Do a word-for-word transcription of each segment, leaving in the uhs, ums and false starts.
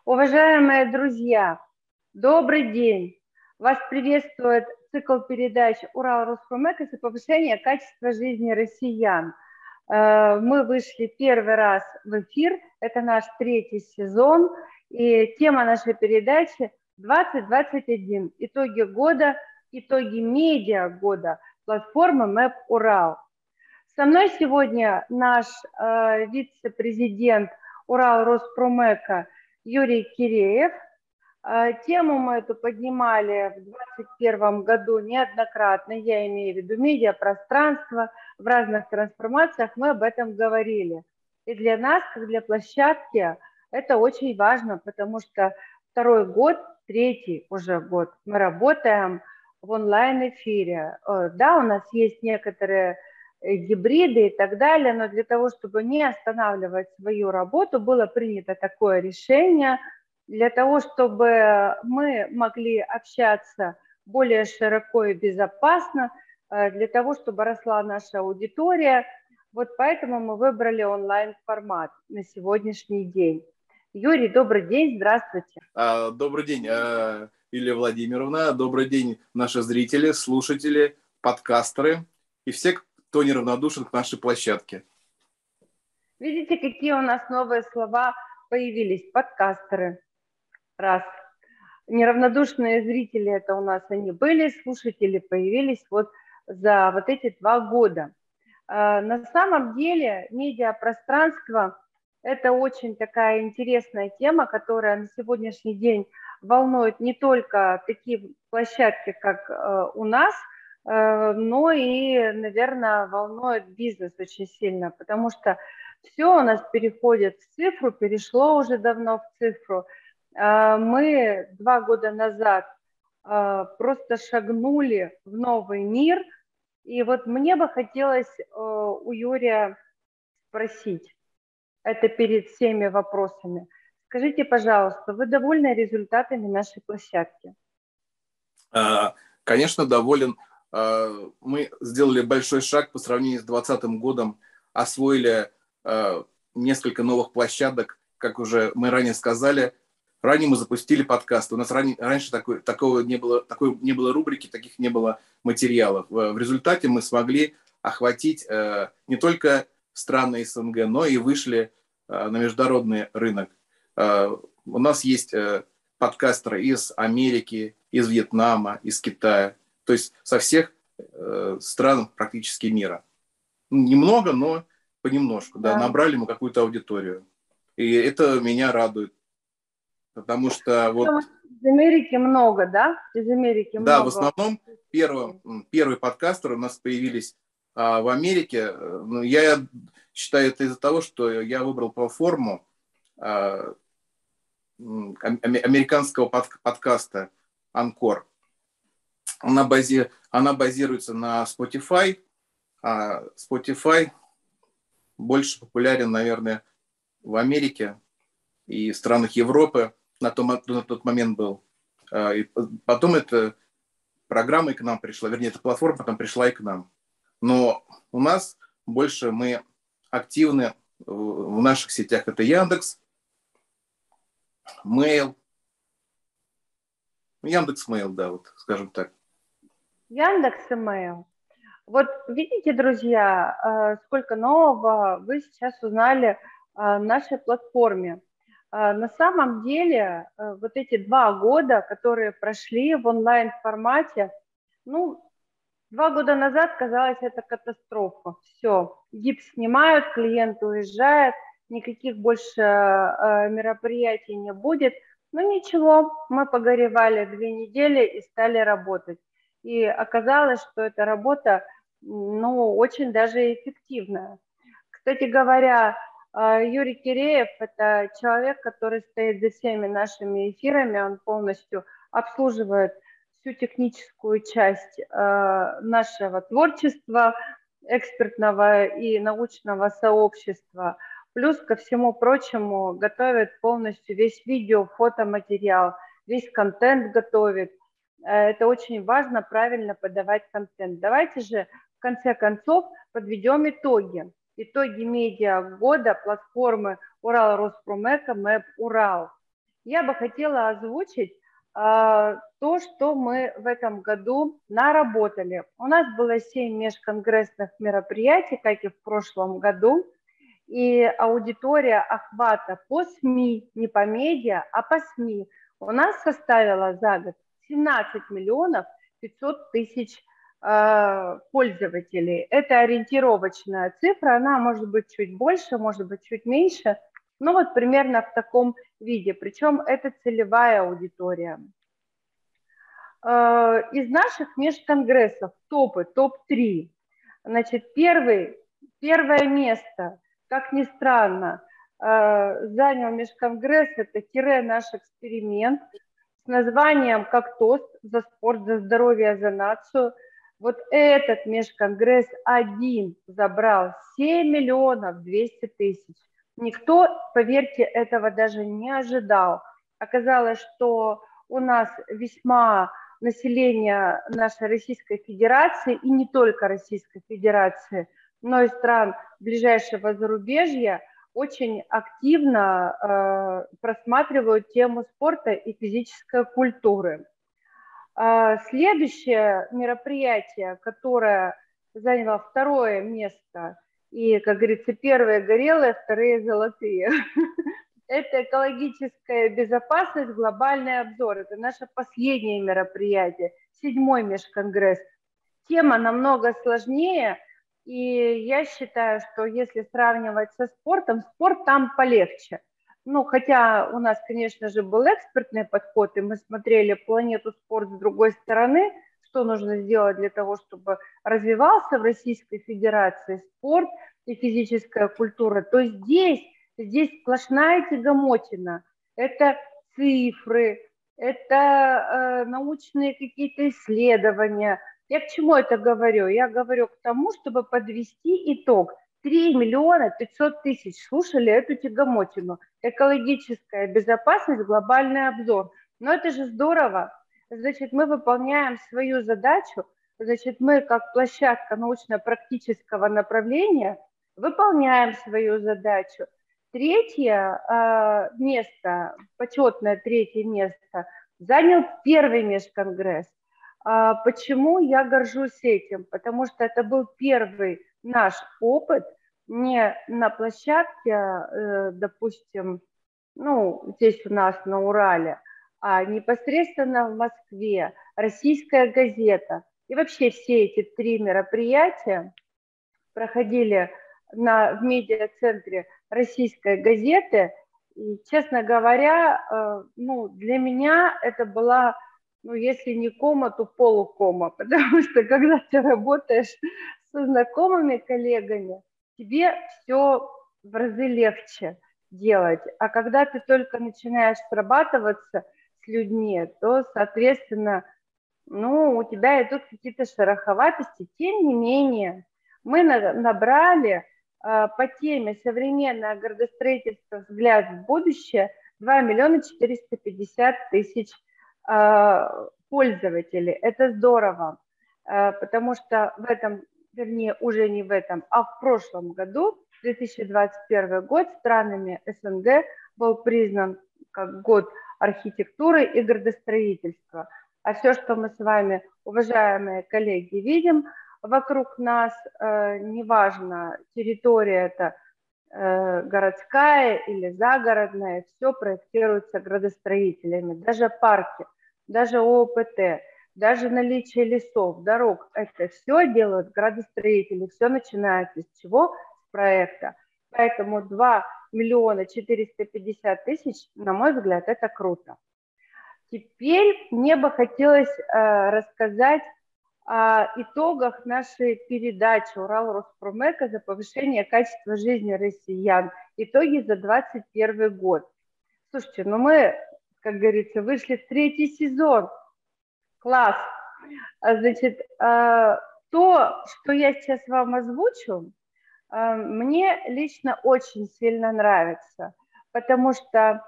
Уважаемые друзья, добрый день! Вас приветствует цикл передач Урал-Роспромека за повышение качества жизни россиян. Мы вышли первый раз в эфир, это наш третий сезон, и тема нашей передачи двадцать двадцать один. Итоги года, итоги медиа года, платформы МЭП Урал. Со мной сегодня наш э, вице-президент Урал-Роспромека Юрий Киреев. Э, тему мы эту поднимали в двадцать первом году неоднократно, я имею в виду медиапространство, в разных трансформациях мы об этом говорили. И для нас, как для площадки, это очень важно, потому что второй год, третий уже год мы работаем в онлайн-эфире. Э, да, у нас есть некоторые гибриды и так далее, но для того, чтобы не останавливать свою работу, было принято такое решение, для того, чтобы мы могли общаться более широко и безопасно, для того, чтобы росла наша аудитория. Вот поэтому мы выбрали онлайн-формат на сегодняшний день. Юрий, добрый день, здравствуйте. Добрый день, Илья Владимировна, добрый день, наши зрители, слушатели, подкастеры и все, кто неравнодушен к нашей площадке. Видите, какие у нас новые слова появились? Подкастеры. Раз. Неравнодушные зрители, это у нас они были, слушатели появились вот за вот эти два года. На самом деле медиапространство – это очень такая интересная тема, которая на сегодняшний день волнует не только такие площадки, как у нас, но и, наверное, волнует бизнес очень сильно, потому что все у нас переходит в цифру, перешло уже давно в цифру. Мы два года назад просто шагнули в новый мир, и вот мне бы хотелось у Юрия спросить, это перед всеми вопросами. Скажите, пожалуйста, вы довольны результатами нашей площадки? Конечно, доволен. Мы сделали большой шаг по сравнению с двадцатым годом, освоили несколько новых площадок, как уже мы ранее сказали. Ранее мы запустили подкасты. У нас ранее, раньше такой, такого не было, такой не было рубрики, таких не было материалов. В результате мы смогли охватить не только страны СНГ, но и вышли на международный рынок. У нас есть подкастеры из Америки, из Вьетнама, из Китая. То есть со всех стран практически мира. Немного, но понемножку. Да. Да, набрали мы какую-то аудиторию. И это меня радует. Потому что вот... Из Америки много, да? Из Америки да, много. Да, в основном первый, первые подкастеры у нас появились а, в Америке. Ну, я считаю это из-за того, что я выбрал платформу а, американского под, подкаста Анкор. Она, бази, она базируется на Spotify. А Spotify больше популярен, наверное, в Америке и странах Европы. На, том, на тот момент был. И потом эта программа и к нам пришла, вернее, эта платформа потом пришла и к нам. Но у нас больше мы активны в наших сетях. Это Яндекс, Mail, Яндекс Mail, да, вот, скажем так. Яндекс и Mail. Вот видите, друзья, сколько нового вы сейчас узнали о нашей платформе. На самом деле, вот эти два года, которые прошли в онлайн-формате, ну, два года назад казалось, это катастрофа. Все, гипс снимают, клиент уезжает, никаких больше мероприятий не будет. Но ничего, мы погоревали две недели и стали работать. И оказалось, что эта работа, ну, очень даже эффективная. Кстати говоря, Юрий Киреев – это человек, который стоит за всеми нашими эфирами, он полностью обслуживает всю техническую часть нашего творчества, экспертного и научного сообщества. Плюс ко всему прочему готовит полностью весь видео, фотоматериал, весь контент готовит. Это очень важно, правильно подавать контент. Давайте же в конце концов подведем итоги. Итоги медиа года платформы Урал-Роспромека МЭП Урал. я бы хотела озвучить а, то, что мы в этом году наработали. У нас было семь межконгрессных мероприятий, как и в прошлом году, и аудитория охвата по СМИ, не по медиа, а по СМИ у нас составила за год семнадцать миллионов пятьсот тысяч э, пользователей. Это ориентировочная цифра, она может быть чуть больше, может быть чуть меньше, но вот примерно в таком виде. Причем это целевая аудитория. Э, из наших межконгрессов топы, топ три. Значит, первый, первое место, как ни странно, э, занял межконгресс, это тире наш эксперимент с названием «Как тост за спорт, за здоровье, за нацию». Вот этот межконгресс один забрал семь миллионов двести тысяч. Никто, поверьте, этого даже не ожидал. Оказалось, что у нас весьма население нашей Российской Федерации, и не только Российской Федерации, но и стран ближайшего зарубежья, очень активно э, просматривают тему спорта и физической культуры. Э, следующее мероприятие, которое заняло второе место, и, как говорится, первые горелые, вторые золотые, это экологическая безопасность, глобальный обзор. Это наше последнее мероприятие, седьмой межконгресс. Тема намного сложнее, и я считаю, что если сравнивать со спортом, спорт там полегче. Ну, хотя у нас, конечно же, был экспертный подход, и мы смотрели планету спорт с другой стороны, что нужно сделать для того, чтобы развивался в Российской Федерации спорт и физическая культура, то здесь, здесь сплошная тягомотина. Это цифры, это э, научные какие-то исследования. Я к чему это говорю? Я говорю к тому, чтобы подвести итог. три миллиона пятьсот тысяч слушали эту тягомотину. Экологическая безопасность, глобальный обзор. Но это же здорово. Значит, мы выполняем свою задачу. Значит, мы как площадка научно-практического направления выполняем свою задачу. Третье э, место, почетное третье место, занял первый межконгресс. А почему я горжусь этим? Потому что это был первый наш опыт не на площадке, э, допустим, ну, здесь у нас на Урале, а непосредственно в Москве, «Российская газета». И вообще все эти три мероприятия проходили на, в медиацентре «Российской газеты». И, честно говоря, э, ну, для меня это была, ну, если не кома, то полукома, потому что когда ты работаешь со знакомыми коллегами, тебе все в разы легче делать. А когда ты только начинаешь срабатываться с людьми, то, соответственно, ну, у тебя идут какие-то шероховатости. Тем не менее, мы набрали э, по теме «Современное градостроительство. Взгляд в будущее» два миллиона четыреста пятьдесят тысяч э, пользователей. Это здорово, э, потому что в этом, вернее, уже не в этом, а в прошлом году, две тысячи двадцать первый год, странами СНГ был признан как год архитектуры и градостроительства. А все, что мы с вами, уважаемые коллеги, видим вокруг нас, э, неважно, территория это э, городская или загородная, все проектируется градостроителями. Даже парки, даже ООПТ, даже наличие лесов, дорог, это все делают градостроители, все начинается с чего? С проекта. Поэтому два миллиона четыреста пятьдесят тысяч, на мой взгляд, это круто. Теперь мне бы хотелось э, рассказать о итогах нашей передачи «Урал Роспромека» за повышение качества жизни россиян. Итоги за двадцать первый год. Слушайте, ну мы, как говорится, вышли в третий сезон. Класс. Значит, э, то, что я сейчас вам озвучу, э, мне лично очень сильно нравится, потому что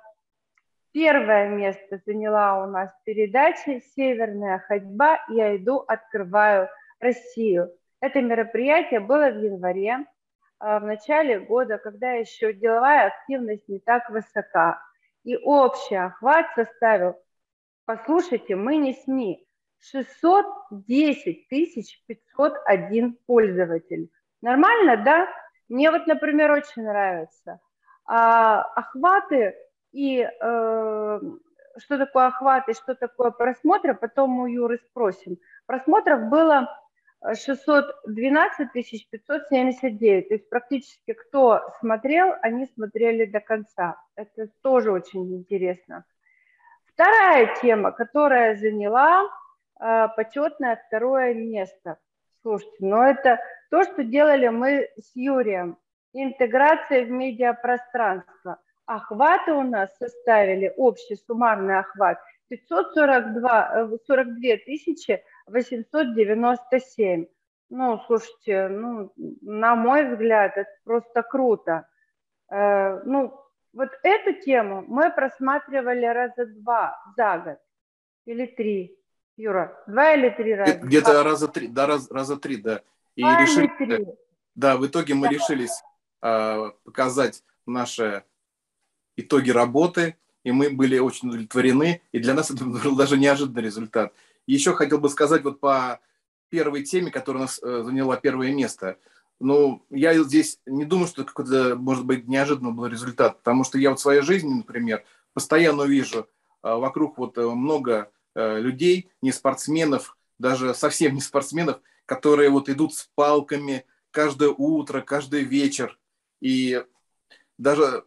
первое место заняла у нас передача «Северная ходьба. Я иду, открываю Россию». Это мероприятие было в январе, в начале года, когда еще деловая активность не так высока. И общий охват составил, послушайте, мы не СМИ, шестьсот десять тысяч пятьсот один пользователь. Нормально, да? Мне вот, например, очень нравится. А, охваты и э, что такое охват и что такое просмотры, потом мы у Юры спросим. Просмотров было шестьсот двенадцать тысяч пятьсот семьдесят девять. То есть практически кто смотрел, они смотрели до конца. Это тоже очень интересно. Вторая тема, которая заняла э, почетное второе место. Слушайте, ну это то, что делали мы с Юрием. Интеграция в медиапространство. Охваты у нас составили, общий суммарный охват, пятьсот сорок два, сорок две тысячи восемьсот девяносто семь. Ну, слушайте, ну, на мой взгляд, это просто круто. Э, ну, вот эту тему мы просматривали раза два за год или три. Юра, два или три раза? Где-то раза три, да, раз, раза три, да. И два решили, или три. да, в итоге мы Да. решились э, показать наши итоги работы, и мы были очень удовлетворены, и для нас это был даже неожиданный результат. Еще хотел бы сказать вот по первой теме, которая у нас э, заняла первое место. Ну, я здесь не думаю, что это какой-то, может быть, неожиданный был результат, потому что я вот в своей жизни, например, постоянно вижу э, вокруг вот э, много э, людей, не спортсменов, даже совсем не спортсменов, которые вот идут с палками каждое утро, каждый вечер. И даже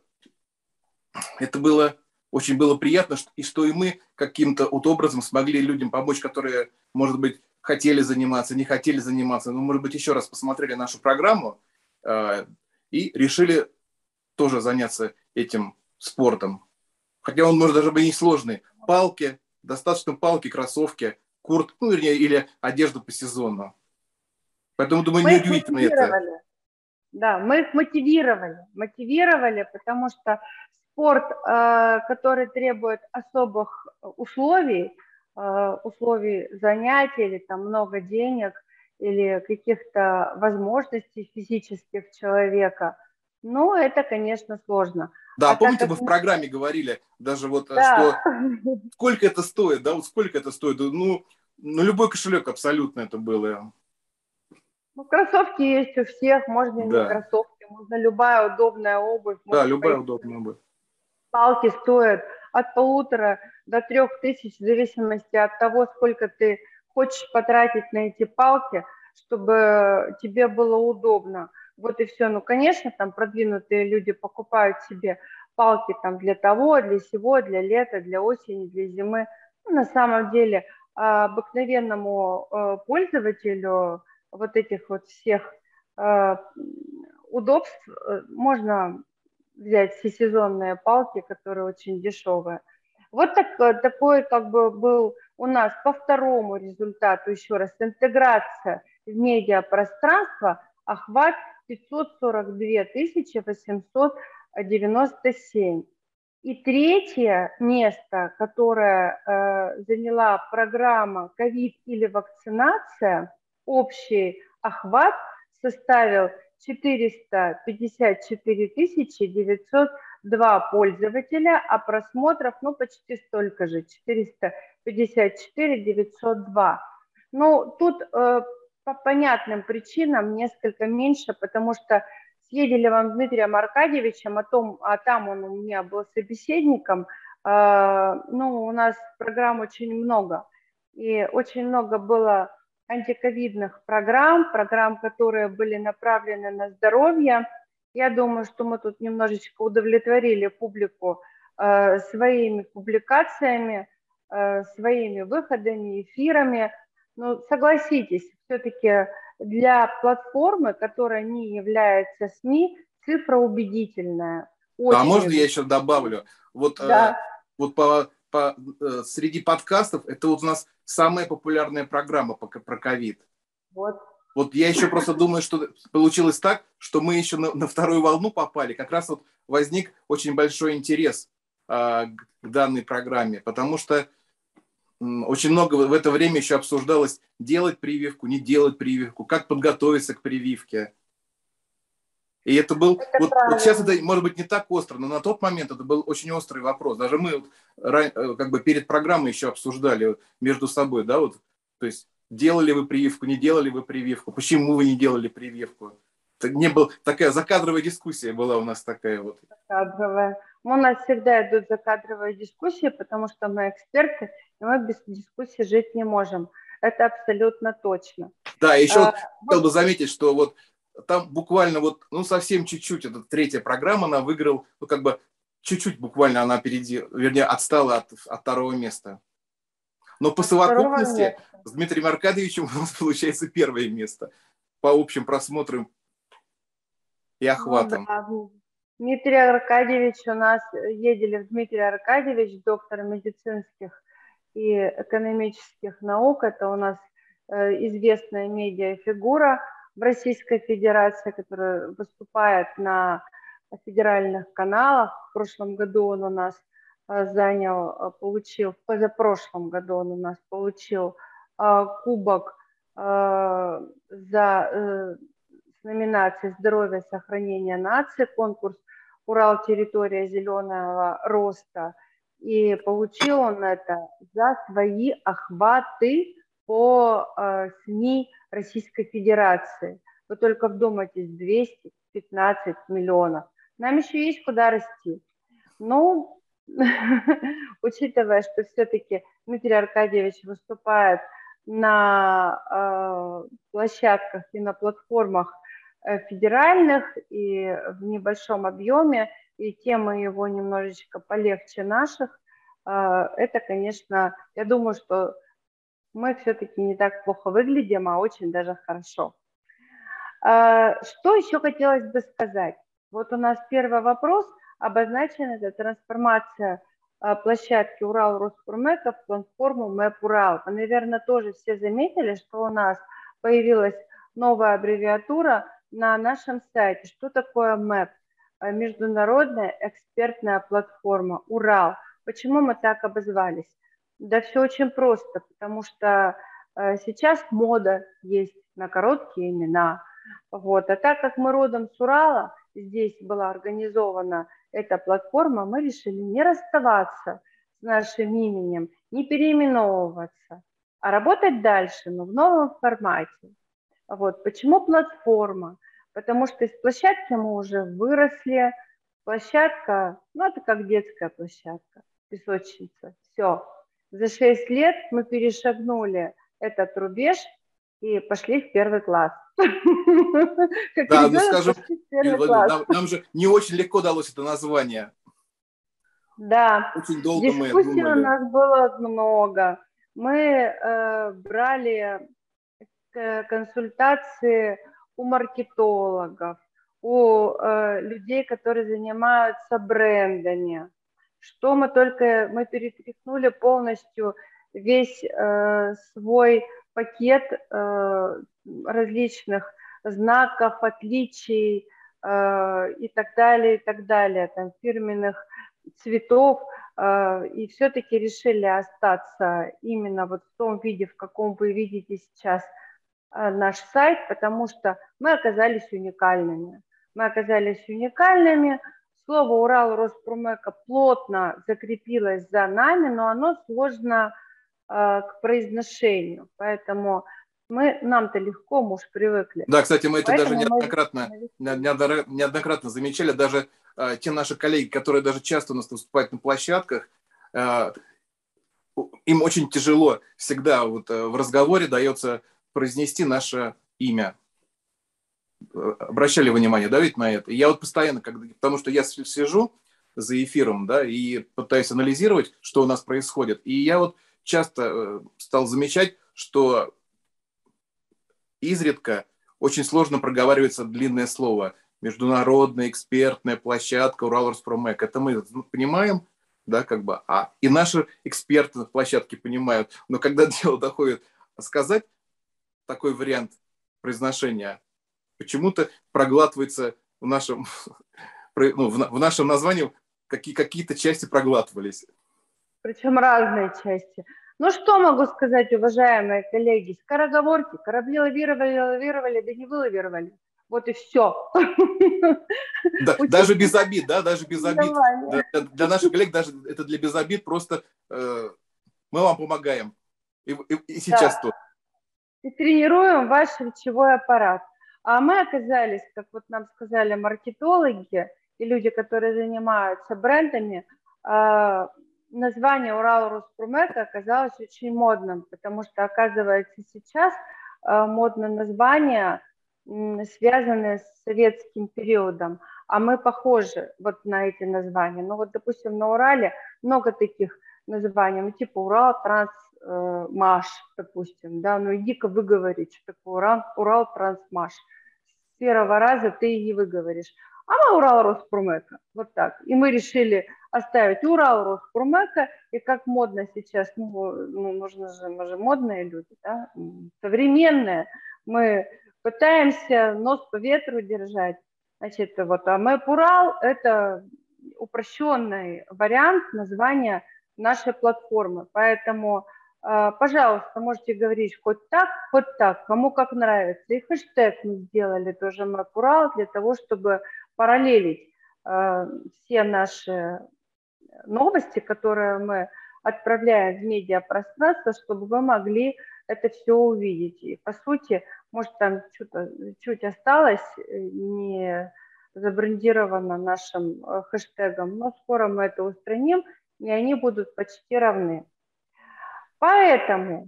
это было очень было приятно, и что и мы каким-то вот образом смогли людям помочь, которые, может быть, хотели заниматься, не хотели заниматься, но, может быть, еще раз посмотрели нашу программу э, и решили тоже заняться этим спортом. Хотя он, может, даже быть не сложный. Палки, достаточно палки, кроссовки, куртка, ну, вернее, или одежда по сезону. Поэтому, думаю, Мы неудивительно это. Да, мы их мотивировали, мотивировали, потому что спорт, э, который требует особых условий, э, условий занятий, или там много денег, или каких-то возможностей физических человека, ну, это, конечно, сложно. Да, а помните, так вы как... в программе говорили даже вот, Да. что сколько это стоит, да, вот сколько это стоит, ну, ну любой кошелек абсолютно это было. Ну, кроссовки есть у всех, можно не Да. кроссовки, можно любая удобная обувь. Да, любая удобная обувь. Палки стоят от полутора до трех тысяч, в зависимости от того, сколько ты хочешь потратить на эти палки, чтобы тебе было удобно. Вот и все. Ну, конечно, там продвинутые люди покупают себе палки там для того, для сего, для лета, для осени, для зимы. Ну, на самом деле, обыкновенному пользователю вот этих вот всех удобств можно взять всесезонные палки, которые очень дешевые. Вот так, такой как бы был у нас по второму результату, еще раз, интеграция в медиапространство, охват пятьсот сорок две тысячи восемьсот девяносто семь. И третье место, которое э, заняла программа «Ковид или вакцинация», общий охват составил четыреста пятьдесят четыре тысячи девятьсот два пользователя, а просмотров, ну, почти столько же, четыреста пятьдесят четыре тысячи девятьсот два. Ну, тут э, по понятным причинам несколько меньше, потому что с Еделевым Дмитрием Аркадьевичем, о том, а там он у меня был собеседником, э, ну, у нас программ очень много, и очень много было антиковидных программ, программ, которые были направлены на здоровье. Я думаю, что мы тут немножечко удовлетворили публику э, своими публикациями, э, своими выходами, эфирами. Но согласитесь, все-таки для платформы, которая не является СМИ, цифра убедительная. Очень. А можно я еще добавлю? Вот, да. э, вот по, по, э, среди подкастов это вот у нас самая популярная программа про ковид. Вот. Вот я еще просто думаю, что получилось так, что мы еще на, на вторую волну попали. Как раз вот возник очень большой интерес э, к данной программе, потому что очень много в это время еще обсуждалось делать прививку, не делать прививку, как подготовиться к прививке. И это был, Это вот, вот сейчас правильно. это может быть не так остро, но на тот момент это был очень острый вопрос. Даже мы вот, как бы перед программой еще обсуждали между собой, да, вот, то есть делали вы прививку, не делали вы прививку, почему вы не делали прививку. Это не был, такая закадровая дискуссия была у нас такая вот. Закадровая. У нас всегда идут закадровые дискуссии, потому что мы эксперты, и мы без дискуссий жить не можем. Это абсолютно точно. Да, еще А, вот хотел бы заметить, что вот там буквально вот, ну, совсем чуть-чуть, это третья программа, она выиграла, ну, как бы чуть-чуть буквально она впереди, вернее, отстала от, от второго места. Но по от второго совокупности места. с Дмитрием Аркадьевичем у нас получается первое место по общим просмотрам и Ну охватам. да. Дмитрий Аркадьевич у нас, ездили в Дмитрий Аркадьевич, доктор медицинских и экономических наук. Это у нас известная медиафигура в Российской Федерации, которая выступает на федеральных каналах. В прошлом году он у нас занял, получил, в позапрошлом году он у нас получил кубок за номинации «Здоровье, сохранение нации», конкурс «Урал. Территория зеленого роста». И получил он это за свои охваты по э, СМИ Российской Федерации. Вы только вдумайтесь, двести пятнадцать миллионов. Нам еще есть куда расти. Ну, учитывая, что все-таки Дмитрий Аркадьевич выступает на э, площадках и на платформах э, федеральных и в небольшом объеме, и темы его немножечко полегче наших, э, это, конечно, я думаю, что мы все-таки не так плохо выглядим, а очень даже хорошо. Э, что еще хотелось бы сказать? Вот у нас первый вопрос обозначен, это трансформация площадки Урал Роспромека в платформу МЭП Урал. Вы, наверное, тоже все заметили, что у нас появилась новая аббревиатура на нашем сайте. Что такое МЭП? Международная экспертная платформа Урал. Почему мы так обозвались? Да все очень просто, потому что сейчас мода есть на короткие имена. Вот. А так как мы родом с Урала, здесь была организована эта платформа, мы решили не расставаться с нашим именем, не переименовываться, а работать дальше, но в новом формате. Вот. Почему платформа? Потому что из площадки мы уже выросли. Площадка, ну это как детская площадка, песочница. Все. За шесть лет мы перешагнули этот рубеж и пошли в первый класс. Как Да, ну ребенок скажем, пошли в первый класс. нам, нам же не очень легко далось это название. Да, Очень долго мы дискуссий у думали. нас было много. Мы э, брали консультации у маркетологов, у э, людей, которые занимаются брендами. Что мы только, мы перетряхнули полностью весь э, свой пакет э, различных знаков, отличий э, и так далее, и так далее, там, фирменных цветов, э, и все-таки решили остаться именно вот в том виде, в каком вы видите сейчас наш сайт, потому что мы оказались уникальными. Мы оказались уникальными. Слово Урал Роспромека плотно закрепилось за нами, но оно сложно э, к произношению. Поэтому мы, нам-то легко, мы уж привыкли. Да, кстати, мы это Поэтому даже мы неоднократно, неоднократно замечали. Даже э, те наши коллеги, которые даже часто у нас выступают на площадках, э, им очень тяжело всегда вот, э, в разговоре дается произнести наше имя. Обращали внимание, да, ведь на это? И я вот постоянно, когда, потому что я сижу за эфиром, да, и пытаюсь анализировать, что у нас происходит. И я вот часто стал замечать, что изредка очень сложно проговаривается длинное слово. Международная экспертная площадка Урал Роспромек. Это мы понимаем, да, как бы, а и наши эксперты на площадке понимают. Но когда дело доходит сказать такой вариант произношения, почему-то проглатывается в нашем, ну, в нашем названии какие, какие-то части проглатывались. Причем разные части. Ну что могу сказать, уважаемые коллеги? Скороговорки, корабли лавировали, лавировали, да не вылавировали. Вот Вот и все. Да, даже без обид, да, даже без обид. Для, для наших коллег даже это для без обид, просто э, мы вам помогаем. И, и, и сейчас да. тоже. И тренируем ваш речевой аппарат. А мы оказались, как вот нам сказали маркетологи и люди, которые занимаются брендами, э, название Урал Роспромека оказалось очень модным, потому что, оказывается, сейчас э, модно название, э, связанное с советским периодом, а мы похожи вот на эти названия. Ну вот, допустим, на Урале много таких названий, ну типа Урал Трансмаш, допустим, да, ну иди-ка выговорить, что такое Урал, Урал Трансмаш. С первого раза ты и не выговоришь. А мы Урал Роспромека, вот так. И мы решили оставить Урал Роспромека, и как модно сейчас, ну, ну нужно же, мы же модные люди, да, современные, мы пытаемся нос по ветру держать. Значит, вот, а МЭП Урал – это упрощенный вариант названия нашей платформы, поэтому, пожалуйста, можете говорить хоть так, хоть так, кому как нравится. И хэштег мы сделали тоже МЭП Урал для того, чтобы параллелить э, все наши новости, которые мы отправляем в медиапространство, чтобы вы могли это все увидеть. И, по сути, может, там что-то чуть осталось не забрендировано нашим хэштегом, но скоро мы это устраним, и они будут почти равны. Поэтому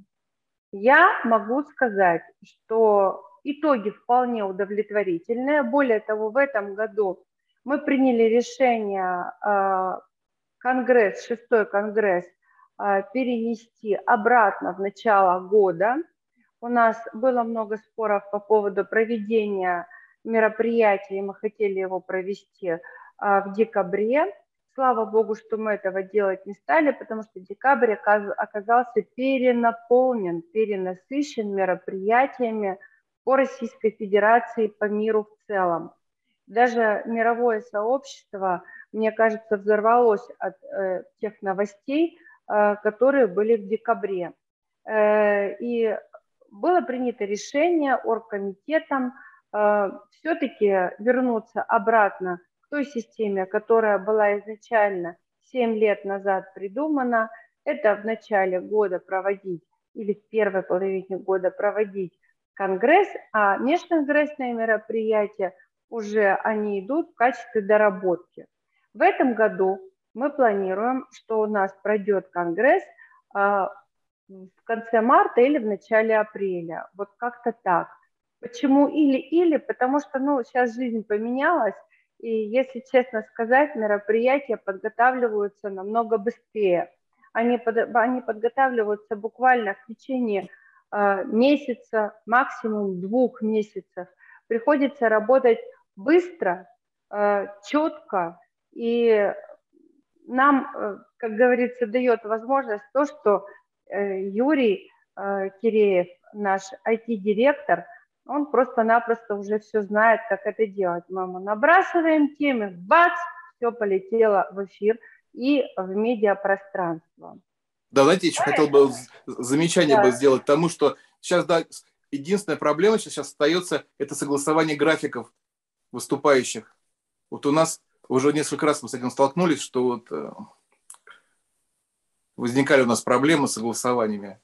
я могу сказать, что итоги вполне удовлетворительные. Более того, в этом году мы приняли решение конгресс, шестой конгресс перенести обратно в начало года. У нас было много споров по поводу проведения мероприятия, и мы хотели его провести в декабре. Слава богу, что мы этого делать не стали, потому что декабрь оказался перенаполнен, перенасыщен мероприятиями по Российской Федерации, по миру в целом. Даже мировое сообщество, мне кажется, взорвалось от э, тех новостей, э, которые были в декабре. Э, и было принято решение оргкомитетом э, все-таки вернуться обратно к той системе, которая была изначально семь лет назад придумана. Это в начале года проводить или в первой половине года проводить конгресс, а межконгрессные мероприятия уже они идут в качестве доработки. В этом году мы планируем, что у нас пройдет конгресс а, в конце марта или в начале апреля. Вот как-то так. Почему или-или? Потому что, ну, сейчас жизнь поменялась, и, если честно сказать, мероприятия подготавливаются намного быстрее. Они, под, они подготавливаются буквально в течение э, месяца, максимум двух месяцев. Приходится работать быстро, э, четко, и нам, э, как говорится, дает возможность то, что э, Юрий э, Киреев, наш ай ти-директор, он просто-напросто уже все знает, как это делать. Мы ему набрасываем темы, бац, все полетело в эфир и в медиапространство. Да, знаете, еще хотел бы замечание да. бы сделать тому, что сейчас, да, единственная проблема сейчас остается, это согласование графиков выступающих. Вот у нас уже несколько раз мы с этим столкнулись, что вот э, возникали у нас проблемы с согласованиями.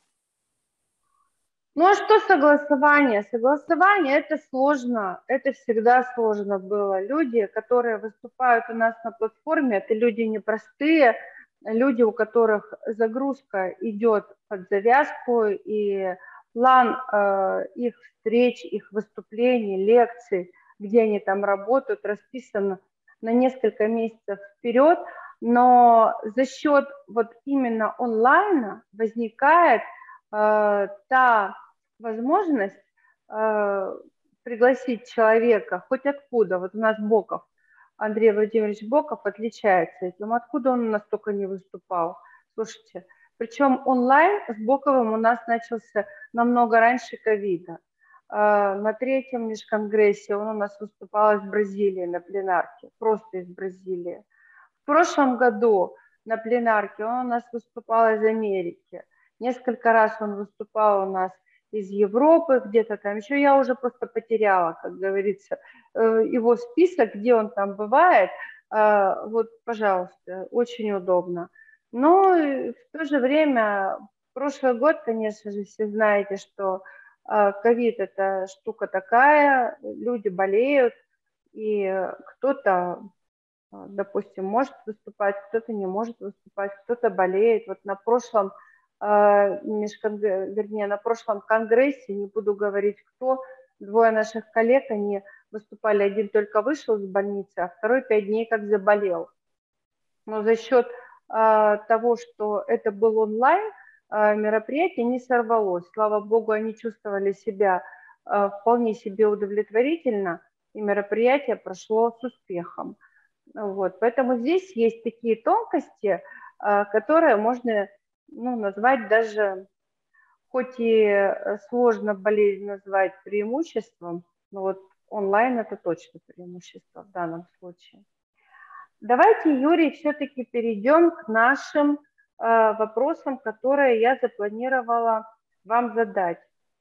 Ну а что согласование? Согласование – это сложно, это всегда сложно было. Люди, которые выступают у нас на платформе, это люди непростые, люди, у которых загрузка идет под завязку, и план э, их встреч, их выступлений, лекций, где они там работают, расписан на несколько месяцев вперед, но за счет вот именно онлайна возникает э, та возможность э, пригласить человека хоть откуда. Вот у нас Боков, Андрей Владимирович Боков отличается этим. Откуда он у нас только не выступал? Слушайте, причем онлайн с Боковым у нас начался намного раньше ковида. Э, на третьем межконгрессе он у нас выступал из Бразилии на пленарке, просто из Бразилии. В прошлом году на пленарке он у нас выступал из Америки. Несколько раз он выступал у нас из Европы, где-то там еще. Я уже просто потеряла, как говорится, его список, где он там бывает. Вот, пожалуйста, очень удобно. Но в то же время, прошлый год, конечно же, все знаете, что ковид – это штука такая, люди болеют, и кто-то, допустим, может выступать, кто-то не может выступать, кто-то болеет. Вот на прошлом, вернее, на прошлом конгрессе, не буду говорить кто, двое наших коллег, они выступали, один только вышел из больницы, а второй пять дней как заболел. Но за счет того, что это был онлайн, мероприятие не сорвалось. Слава богу, они чувствовали себя вполне себе удовлетворительно, и мероприятие прошло с успехом. Вот. Поэтому здесь есть такие тонкости, которые можно, ну, назвать даже, хоть и сложно болезнь назвать преимуществом, но вот онлайн это точно преимущество в данном случае. Давайте, Юрий, все-таки перейдем к нашим э, вопросам, которые я запланировала вам задать.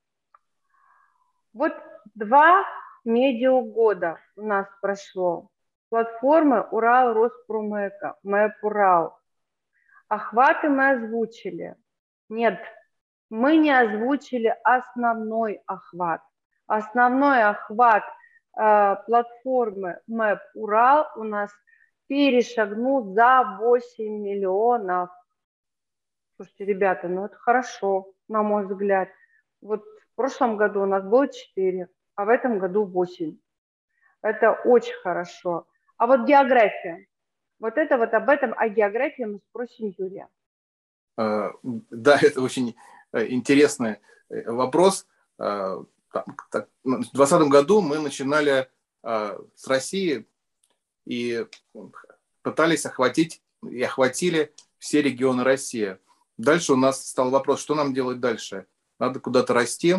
Вот два медиагода у нас прошло. Платформы Урал Роспромека, МЭП Урал. Охваты мы озвучили. Нет, мы не озвучили основной охват. Основной охват э, платформы МЭП Урал у нас перешагнул за восемь миллионов. Слушайте, ребята, ну это хорошо, на мой взгляд. Вот в прошлом году у нас было четыре, а в этом году восемь. Это очень хорошо. А вот география. Вот это вот об этом, о географии мы спросим Юрия. Да, это очень интересный вопрос. В двадцатом году мы начинали с России и пытались охватить и охватили все регионы России. Дальше у нас стал вопрос, что нам делать дальше? Надо куда-то расти.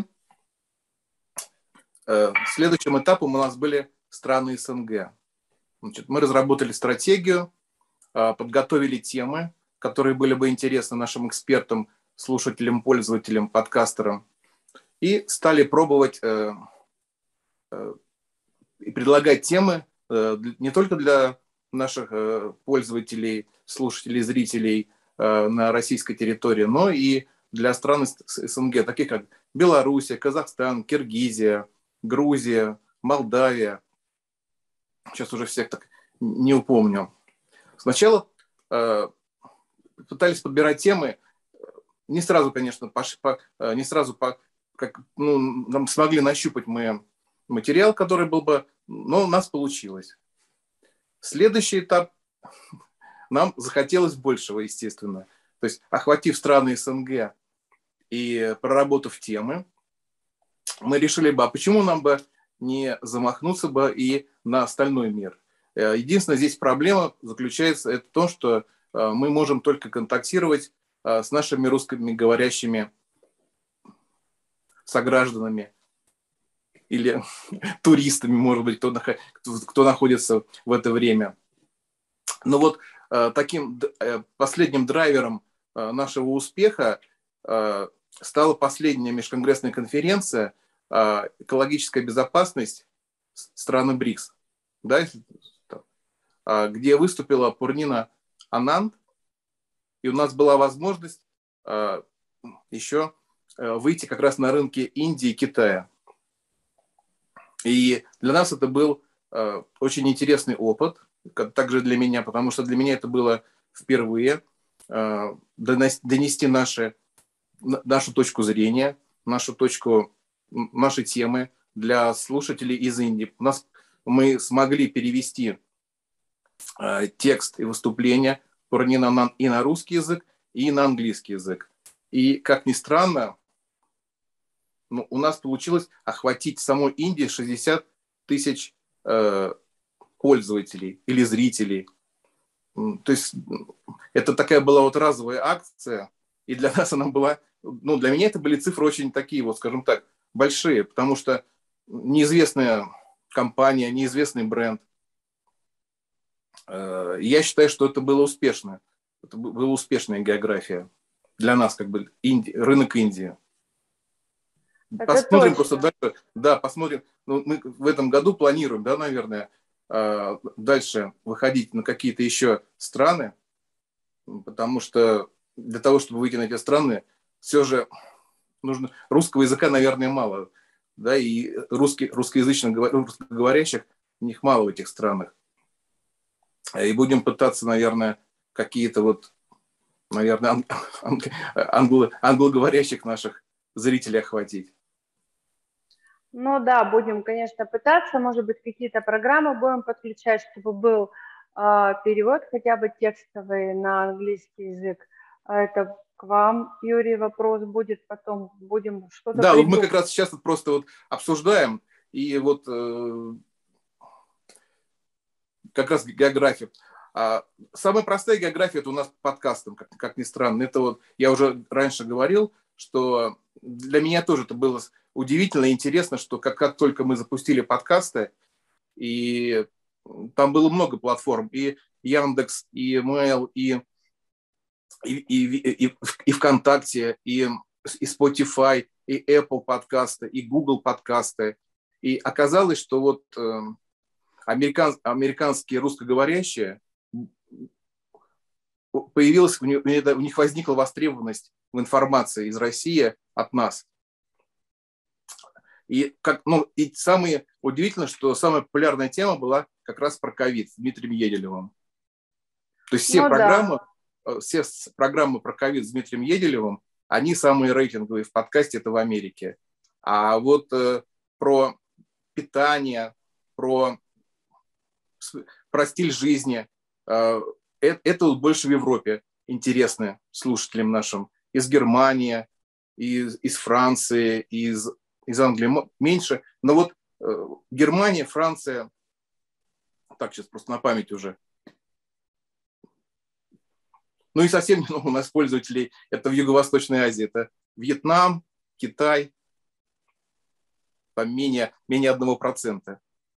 Следующим этапом у нас были страны СНГ. Значит, мы разработали стратегию, подготовили темы, которые были бы интересны нашим экспертам, слушателям, пользователям, подкастерам, и стали пробовать и предлагать темы не только для наших пользователей, слушателей, зрителей на российской территории, но и для стран СНГ, таких как Белоруссия, Казахстан, Киргизия, Грузия, Молдавия. Сейчас уже всех так не упомню. Сначала пытались подбирать темы, не сразу, конечно, по, по, не сразу по, как, ну, нам смогли нащупать мы материал, который был бы, но у нас получилось. Следующий этап, нам захотелось большего, естественно. То есть, охватив страны СНГ и проработав темы, мы решили бы, а почему нам бы не замахнуться бы и на остальной мир? Единственная здесь проблема заключается в том, что мы можем только контактировать с нашими русскоговорящими согражданами или туристами, может быть, кто, кто находится в это время. Но вот таким последним драйвером нашего успеха стала последняя межконгрессная конференция «Экологическая безопасность страны БРИКС», да, где выступила Пурнина Ананд, и у нас была возможность еще выйти как раз на рынки Индии и Китая. И для нас это был очень интересный опыт, также для меня, потому что для меня это было впервые донести наши, нашу точку зрения, нашу точку, наши темы для слушателей из Индии. У нас, мы смогли перевести текст и выступления Пурнина Ананд и на русский язык, и на английский язык. И, как ни странно, ну, у нас получилось охватить в самой Индии шестьдесят тысяч э, пользователей или зрителей. То есть это такая была вот разовая акция, и для нас она была, ну, для меня это были цифры очень такие, вот, скажем так, большие, потому что неизвестная компания, неизвестный бренд. Э, я считаю, что это было успешно. Это была успешная география для нас, как бы, Инди, рынок Индии. Это посмотрим точно. просто дальше. Да, посмотрим. Ну, мы в этом году планируем, да, наверное, дальше выходить на какие-то еще страны, потому что для того, чтобы выйти на эти страны, все же нужно... Русского языка, наверное, мало, да, и русский, русскоязычных русскоговорящих у них мало в этих странах. И будем пытаться, наверное, какие-то вот, наверное, ан- ан- англо- англоговорящих наших зрителей охватить. Ну да, будем, конечно, пытаться, может быть, какие-то программы будем подключать, чтобы был э, перевод хотя бы текстовый на английский язык. А это к вам, Юрий, вопрос будет, потом будем что-то Да, вот мы придумать. как раз сейчас вот просто вот обсуждаем, и вот э, как раз географию. А самая простая география – это у нас подкастом, как, как ни странно. Это вот я уже раньше говорил, что для меня тоже это было удивительно и интересно, что как, как только мы запустили подкасты, и там было много платформ, и Яндекс, и Mail, и, и, и, и, и ВКонтакте, и, и Spotify, и Apple подкасты, и Google подкасты. И оказалось, что вот э, американ, американские русскоговорящие, появилась, у них, у них возникла востребованность в информации из России от нас. И, как, ну, и самое удивительное, что самая популярная тема была как раз про ковид с Дмитрием Еделевым. То есть все Ну программы, да. все программы про ковид с Дмитрием Еделевым, они самые рейтинговые в подкасте, это в Америке. А вот э, про питание, про, про стиль жизни, э, это вот больше в Европе интересно слушателям нашим. Из Германии, из, из Франции, из, из Англии меньше. Но вот э, Германия, Франция, так сейчас просто на память уже. Ну и совсем немного у нас пользователей это в Юго-Восточной Азии. Это Вьетнам, Китай, там менее, менее одного процента.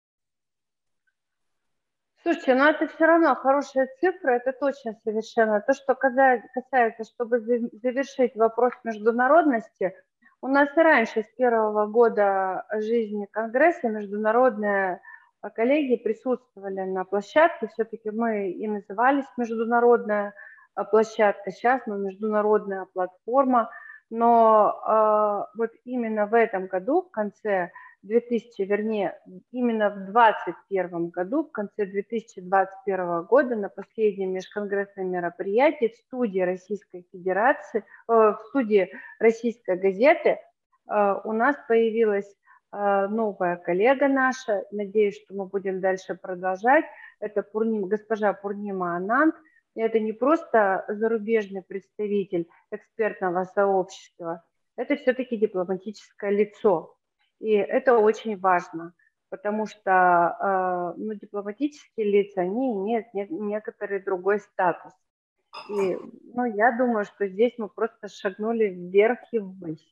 Слушайте, но это все равно хорошая цифра, это точно совершенно. То, что касается, чтобы завершить вопрос международности, у нас и раньше, с первого года жизни Конгресса, международные коллеги присутствовали на площадке, все-таки мы и назывались международная площадка, сейчас мы международная платформа, но э, вот именно в этом году, в конце две тысячи, вернее, именно в двадцать первом году, в конце две тысячи двадцать первого года, на последнем межконгрессном мероприятии в студии Российской Федерации, э, в студии Российской газеты э, у нас появилась э, новая коллега наша, надеюсь, что мы будем дальше продолжать, это Пурнима, госпожа Пурнима Ананд, и это не просто зарубежный представитель экспертного сообщества, это все-таки дипломатическое лицо. И это очень важно, потому что ну, дипломатические лица, они имеют некоторый другой статус. И ну, я думаю, что здесь мы просто шагнули вверх и ввысь.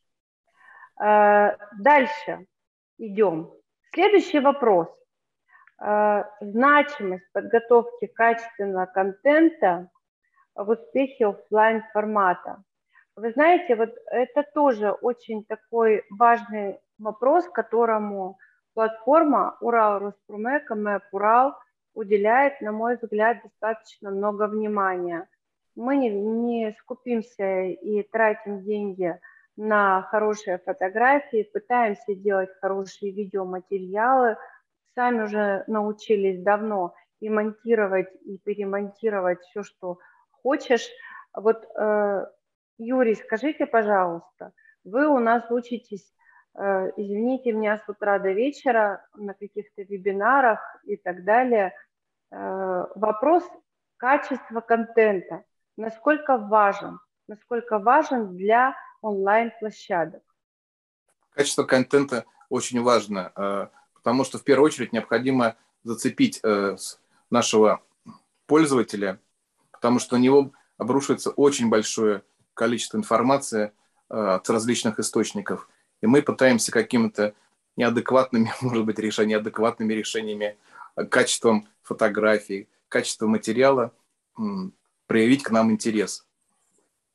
Дальше идем. Следующий вопрос. Значимость подготовки качественного контента в успехе офлайн формата. Вы знаете, вот это тоже очень такой важный вопрос, которому платформа Урал Роспромека, МЭП Урал уделяет, на мой взгляд, достаточно много внимания. Мы не, не скупимся и тратим деньги на хорошие фотографии, пытаемся делать хорошие видеоматериалы, сами уже научились давно и монтировать, и перемонтировать все, что хочешь. Вот Юрий, скажите, пожалуйста, вы у нас учитесь, э, извините меня, с утра до вечера на каких-то вебинарах и так далее. Э, вопрос качества контента. Насколько важен? Насколько важен для онлайн-площадок? Качество контента очень важно, потому что в первую очередь необходимо зацепить нашего пользователя, потому что на него обрушивается очень большое количество информации от различных источников. И мы пытаемся какими-то неадекватными, может быть, решениями, неадекватными решениями, качеством фотографий, качеством материала проявить к нам интерес.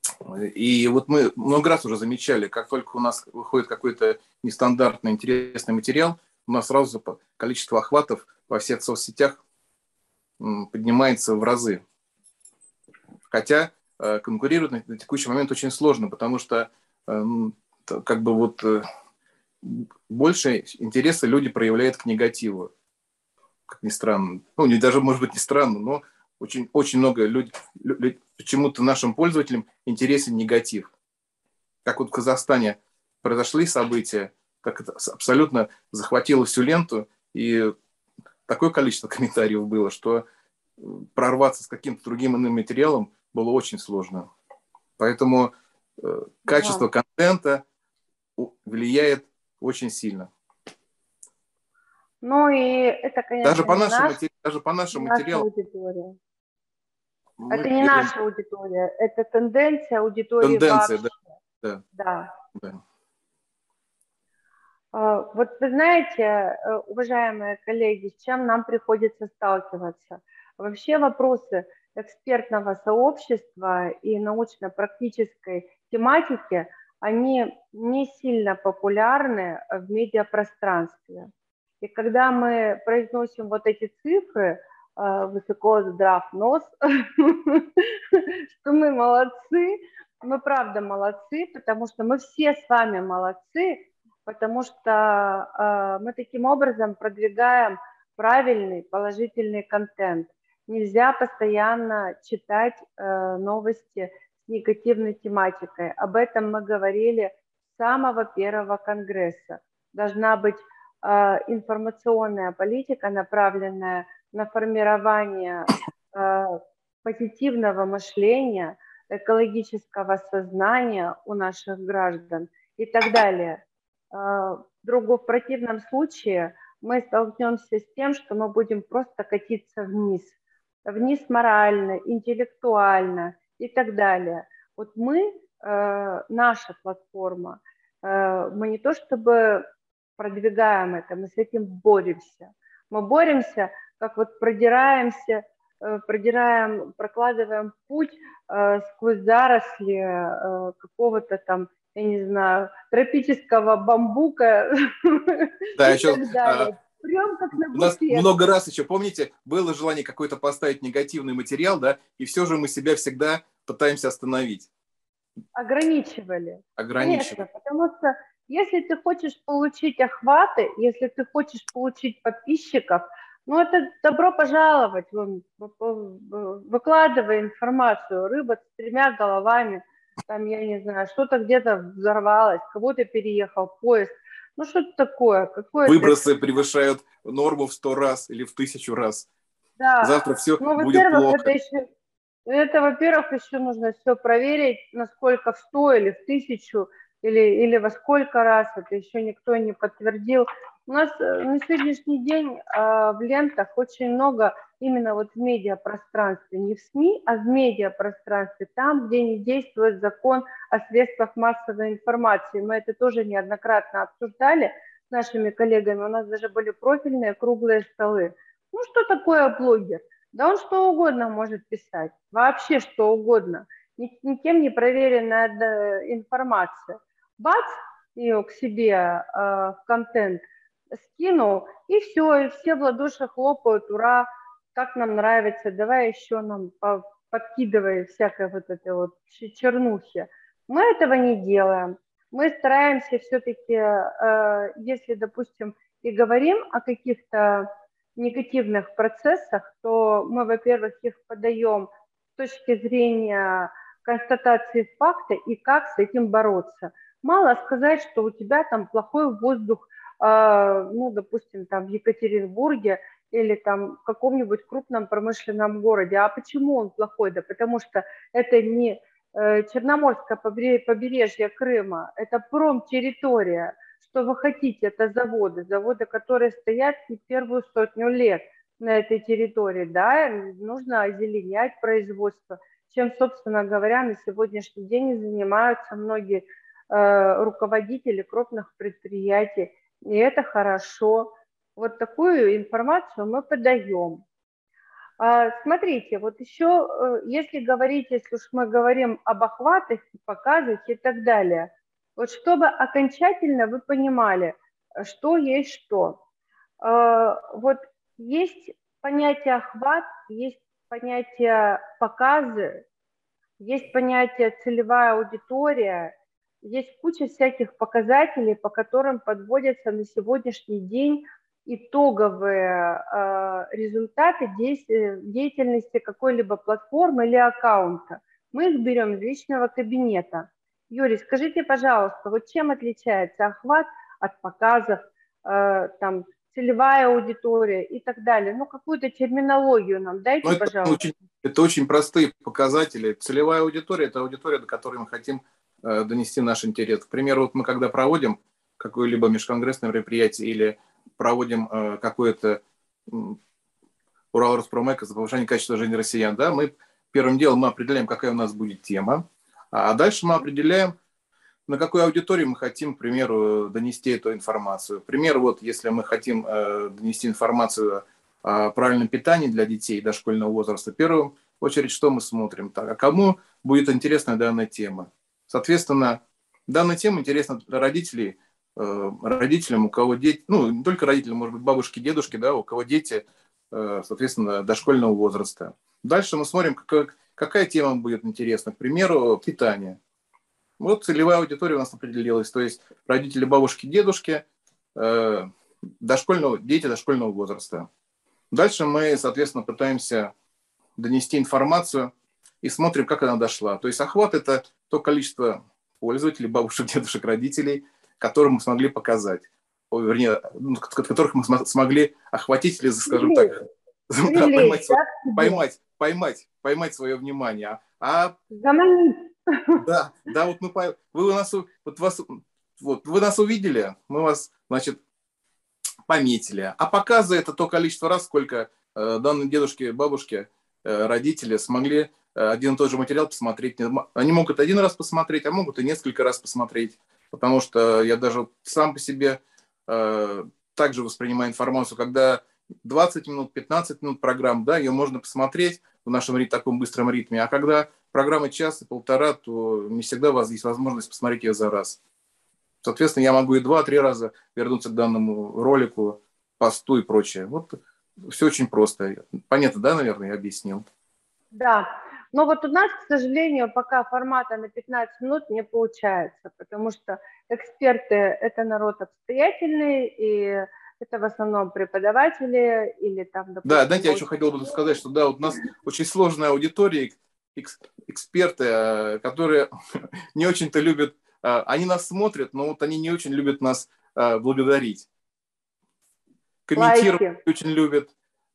И вот мы много раз уже замечали, как только у нас выходит какой-то нестандартный, интересный материал, у нас сразу количество охватов во всех соцсетях поднимается в разы. Хотя конкурировать на текущий момент очень сложно, потому что как бы вот больше интереса люди проявляют к негативу. Как ни странно. Ну, не даже, может быть, не странно, но очень, очень много людей, почему-то нашим пользователям интересен негатив. Как вот в Казахстане произошли события, как это абсолютно захватило всю ленту, и такое количество комментариев было, что прорваться с каким-то другим иным материалом было очень сложно. Поэтому э, качество Да. контента влияет очень сильно. Ну и это, конечно, Даже по не, нашим, наш, матери... Даже по нашим не наша материалам аудитория. мы Это не делаем наша аудитория, это тенденция аудитории тенденции. вообще. Да, да, Да. да. Вот вы знаете, уважаемые коллеги, с чем нам приходится сталкиваться? Вообще вопросы экспертного сообщества и научно-практической тематики, они не сильно популярны в медиапространстве. И когда мы произносим вот эти цифры, высоко задрав нос, что мы молодцы, мы правда молодцы, потому что мы все с вами молодцы, потому что э, мы таким образом продвигаем правильный, положительный контент. Нельзя постоянно читать э, новости с негативной тематикой. Об этом мы говорили с самого первого конгресса. Должна быть э, информационная политика, направленная на формирование э, позитивного мышления, экологического сознания у наших граждан и так далее. Другу в противном случае мы столкнемся с тем, что мы будем просто катиться вниз. Вниз морально, интеллектуально и так далее. Вот мы, наша платформа, мы не то чтобы продвигаем это, мы с этим боремся. Мы боремся, как вот продираемся, продираем, прокладываем путь сквозь заросли какого-то там, я не знаю, тропического бамбука Да, и еще так далее. Прям как на у нас буфет. много раз еще, помните, было желание какой-то поставить негативный материал, да, и все же мы себя всегда пытаемся остановить. Ограничивали. Ограничивать. Конечно, потому что если ты хочешь получить охваты, если ты хочешь получить подписчиков, ну это добро пожаловать, выкладывай информацию, рыба с тремя головами, там, я не знаю, что-то где-то взорвалось, кого-то переехал поезд, ну что это такое? Выбросы превышают норму в сто раз или в тысячу раз. Да. Завтра все ну, будет плохо. Это еще, это, во-первых, еще нужно все проверить, насколько в сто или в тысячу, или, или во сколько раз, это еще никто не подтвердил. У нас на сегодняшний день а, в лентах очень много именно вот в медиапространстве, не в СМИ, а в медиапространстве, там, где не действует закон о средствах массовой информации. Мы это тоже неоднократно обсуждали с нашими коллегами, у нас даже были профильные круглые столы. Ну, что такое блогер? Да он что угодно может писать, вообще что угодно, никем не проверенная информация. Бац, ее к себе э, в контент скинул, и все, и все в ладоши хлопают, ура, как нам нравится, давай еще нам подкидывай всякой вот этой вот чернухи. Мы этого не делаем. Мы стараемся все-таки, э, если, допустим, и говорим о каких-то негативных процессах, то мы, во-первых, их подаем с точки зрения констатации факта и как с этим бороться. Мало сказать, что у тебя там плохой воздух, э, ну, допустим, там в Екатеринбурге или там в каком-нибудь крупном промышленном городе. А почему он плохой? Да потому что это не э, Черноморское побережье Крыма, это промтерритория. Что вы хотите, это заводы, заводы, которые стоят не первую сотню лет на этой территории, да, нужно озеленять производство, чем, собственно говоря, на сегодняшний день занимаются многие э, руководители крупных предприятий, и это хорошо. Вот такую информацию мы подаем. Смотрите, вот еще, если говорить, если уж мы говорим об охватах, показах и так далее, вот чтобы окончательно вы понимали, что есть что. Вот есть понятие охват, есть понятие показы, есть понятие целевая аудитория, есть куча всяких показателей, по которым подводятся на сегодняшний день итоговые э, результаты деятельности какой-либо платформы или аккаунта. Мы их берем из личного кабинета. Юрий, скажите, пожалуйста, вот чем отличается охват от показов, э, там, целевая аудитория и так далее? Ну, какую-то терминологию нам дайте, это пожалуйста. Очень, это очень простые показатели. Целевая аудитория – это аудитория, до которой мы хотим э, донести наш интерес. К примеру, вот мы когда проводим какое-либо межконгрессное мероприятие или проводим э, какое-то Урал Роспромека за повышение качества жизни россиян, да, мы первым делом мы определяем, какая у нас будет тема, а дальше мы определяем, на какой аудитории мы хотим, к примеру, донести эту информацию. К примеру, вот если мы хотим э, донести информацию о правильном питании для детей дошкольного возраста, в первую очередь, что мы смотрим? Так, а кому будет интересна данная тема? Соответственно, данная тема интересна для родителей, э, родителям, у кого дети, ну, не только родителям, может быть, бабушки, дедушки, да, у кого дети, э, соответственно, дошкольного возраста. Дальше мы смотрим, как, какая тема будет интересна. К примеру, питание. Вот целевая аудитория у нас определилась, то есть родители, бабушки, дедушки, э, дошкольного, дети дошкольного возраста. Дальше мы, соответственно, пытаемся донести информацию и смотрим, как она дошла. То есть охват – это то количество пользователей, бабушек, дедушек, родителей, которым мы смогли показать, о, вернее, которых мы смогли охватить или, скажем так, да, поймать, поймать, поймать, поймать свое внимание. А Да, да, вот мы, вы у нас, вот вас, вот вы нас увидели, мы вас, значит, пометили. А показы это то количество раз, сколько э, данные дедушки, бабушки, э, родители смогли э, один и тот же материал посмотреть. Они могут один раз посмотреть, а могут и несколько раз посмотреть, потому что я даже сам по себе э, также воспринимаю информацию, когда двадцать минут, пятнадцать минут программ, да, ее можно посмотреть в нашем таком быстром ритме, а когда программа час и полтора, то не всегда у вас есть возможность посмотреть ее за раз. Соответственно, я могу и два-три раза вернуться к данному ролику, посту и прочее. Вот все очень просто. Понятно, да, наверное, я объяснил? Да, но вот у нас, к сожалению, пока формата на пятнадцать минут не получается, потому что эксперты – это народ обстоятельный, и это в основном преподаватели или там, допустим… Да, знаете, я еще хотел бы сказать, что да, вот у нас очень сложная аудитория, эксперты, которые не очень-то любят, они нас смотрят, но вот они не очень любят нас благодарить. Комментировать Лайки. очень любят,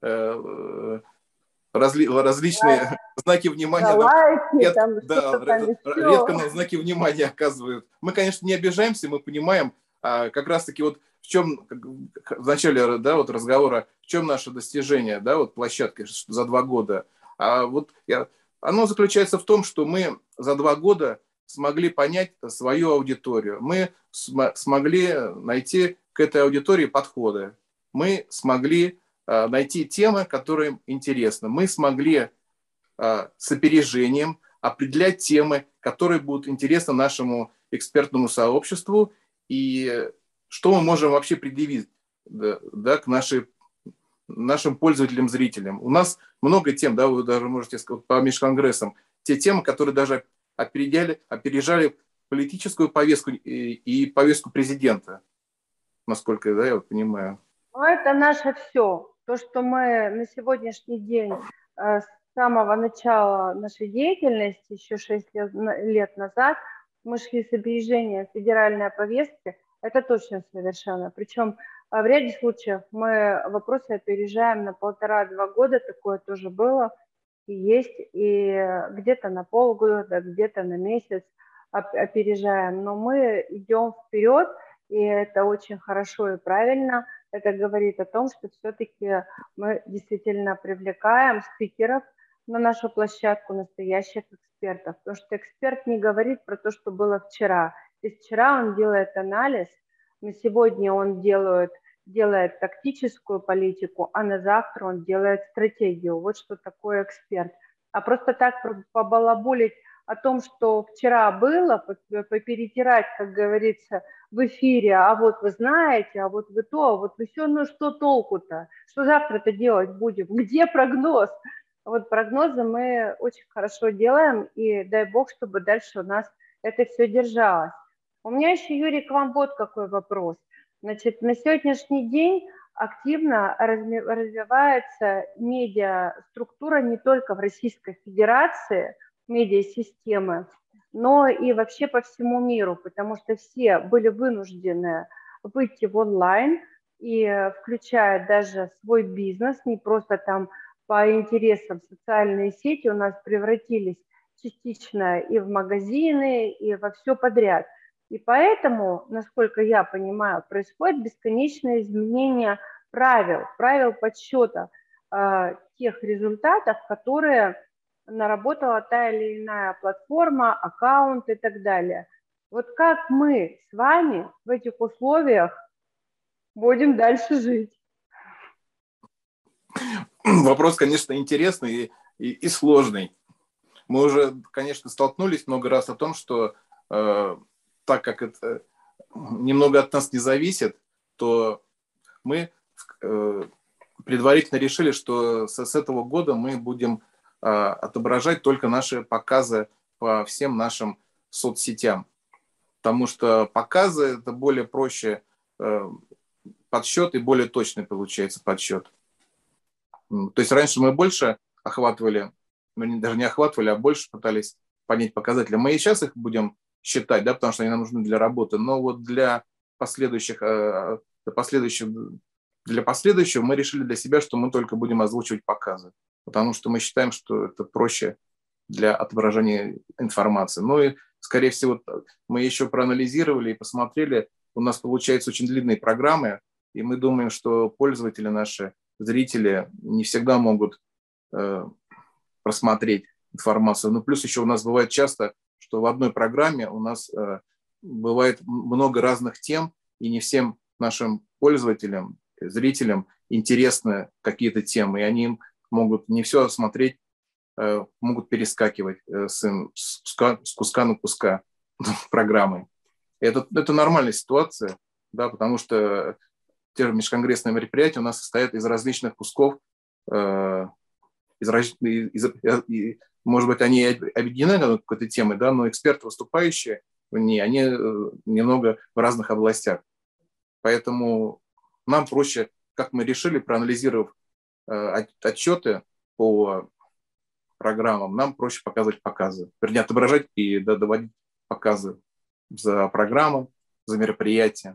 разли, различные лайки. знаки внимания. Да, лайки, ред, там, да, там редко нам знаки внимания оказывают. Мы, конечно, не обижаемся, мы понимаем, а как раз-таки вот в чем, в начале да, вот разговора, в чем наше достижение, да, вот площадки за два года. А вот я, оно заключается в том, что мы за два года смогли понять свою аудиторию. Мы см- смогли найти к этой аудитории подходы. Мы смогли э, найти темы, которые им интересны. Мы смогли э, с опережением определять темы, которые будут интересны нашему экспертному сообществу, и что мы можем вообще предъявить да, да, к нашей, нашим пользователям, зрителям. У нас много тем, да, вы даже можете сказать, по межконгрессам, те темы, которые даже опережали, опережали политическую повестку и, и повестку президента, насколько да, я вот понимаю. Ну, это наше все. То, что мы на сегодняшний день с самого начала нашей деятельности, еще шесть лет, лет назад, мы шли с опережением федеральной повестки, это точно совершенно. Причем в ряде случаев мы вопросы опережаем на полтора-два года, такое тоже было и есть, и где-то на полгода, где-то на месяц опережаем. Но мы идем вперед, и это очень хорошо и правильно. Это говорит о том, что все-таки мы действительно привлекаем спикеров на нашу площадку, настоящих экспертов. Потому что эксперт не говорит про то, что было вчера. То есть вчера он делает анализ, на сегодня он делает делает тактическую политику, а на завтра он делает стратегию. Вот что такое эксперт. А просто так побалаболить о том, что вчера было, поперетирать, как говорится, в эфире, а вот вы знаете, а вот вы то, а вот вы все, ну что толку-то? Что завтра-то делать будем? Где прогноз? Вот прогнозы мы очень хорошо делаем, и дай бог, чтобы дальше у нас это все держалось. У меня еще, Юрий, к вам вот какой вопрос. Значит, на сегодняшний день активно развивается медиаструктура не только в Российской Федерации, медиасистемы, но и вообще по всему миру, потому что все были вынуждены выйти в онлайн, и включая даже свой бизнес, не просто там по интересам социальные сети у нас превратились частично и в магазины, и во все подряд. И поэтому, насколько я понимаю, происходит бесконечное изменение правил, правил подсчета э, тех результатов, которые наработала та или иная платформа, аккаунт и так далее. Вот как мы с вами в этих условиях будем дальше жить? Вопрос, конечно, интересный и, и, и сложный. Мы уже, конечно, столкнулись много раз о том, что э, так как это немного от нас не зависит, то мы э, предварительно решили, что с, с этого года мы будем э, отображать только наши показы по всем нашим соцсетям. Потому что показы – это более проще э, подсчет и более точный получается подсчет. То есть раньше мы больше охватывали, мы даже не охватывали, а больше пытались понять показатели. Мы и сейчас их будем считать, да, потому что они нам нужны для работы, но вот для последующих, для последующих, для последующего мы решили для себя, что мы только будем озвучивать показы, потому что мы считаем, что это проще для отображения информации. Ну и, скорее всего, мы еще проанализировали и посмотрели, у нас получаются очень длинные программы, и мы думаем, что пользователи наши, зрители не всегда могут э, просмотреть информацию. Ну, плюс еще у нас бывает часто, что в одной программе у нас э, бывает много разных тем, и не всем нашим пользователям, зрителям интересны какие-то темы, и они могут не все смотреть, э, могут перескакивать э, с, с, куска, с куска на куска программы. Это, это нормальная ситуация, да, потому что те же межконгрессные мероприятия у нас состоят из различных кусков, э, из, из, из, может быть, они объединены какой-то темой, да, но эксперты, выступающие в ней, они э, немного в разных областях. Поэтому нам проще, как мы решили, проанализировав э, отчеты по программам, нам проще показывать показы, вернее, отображать и да, доводить показы за программы, за мероприятия.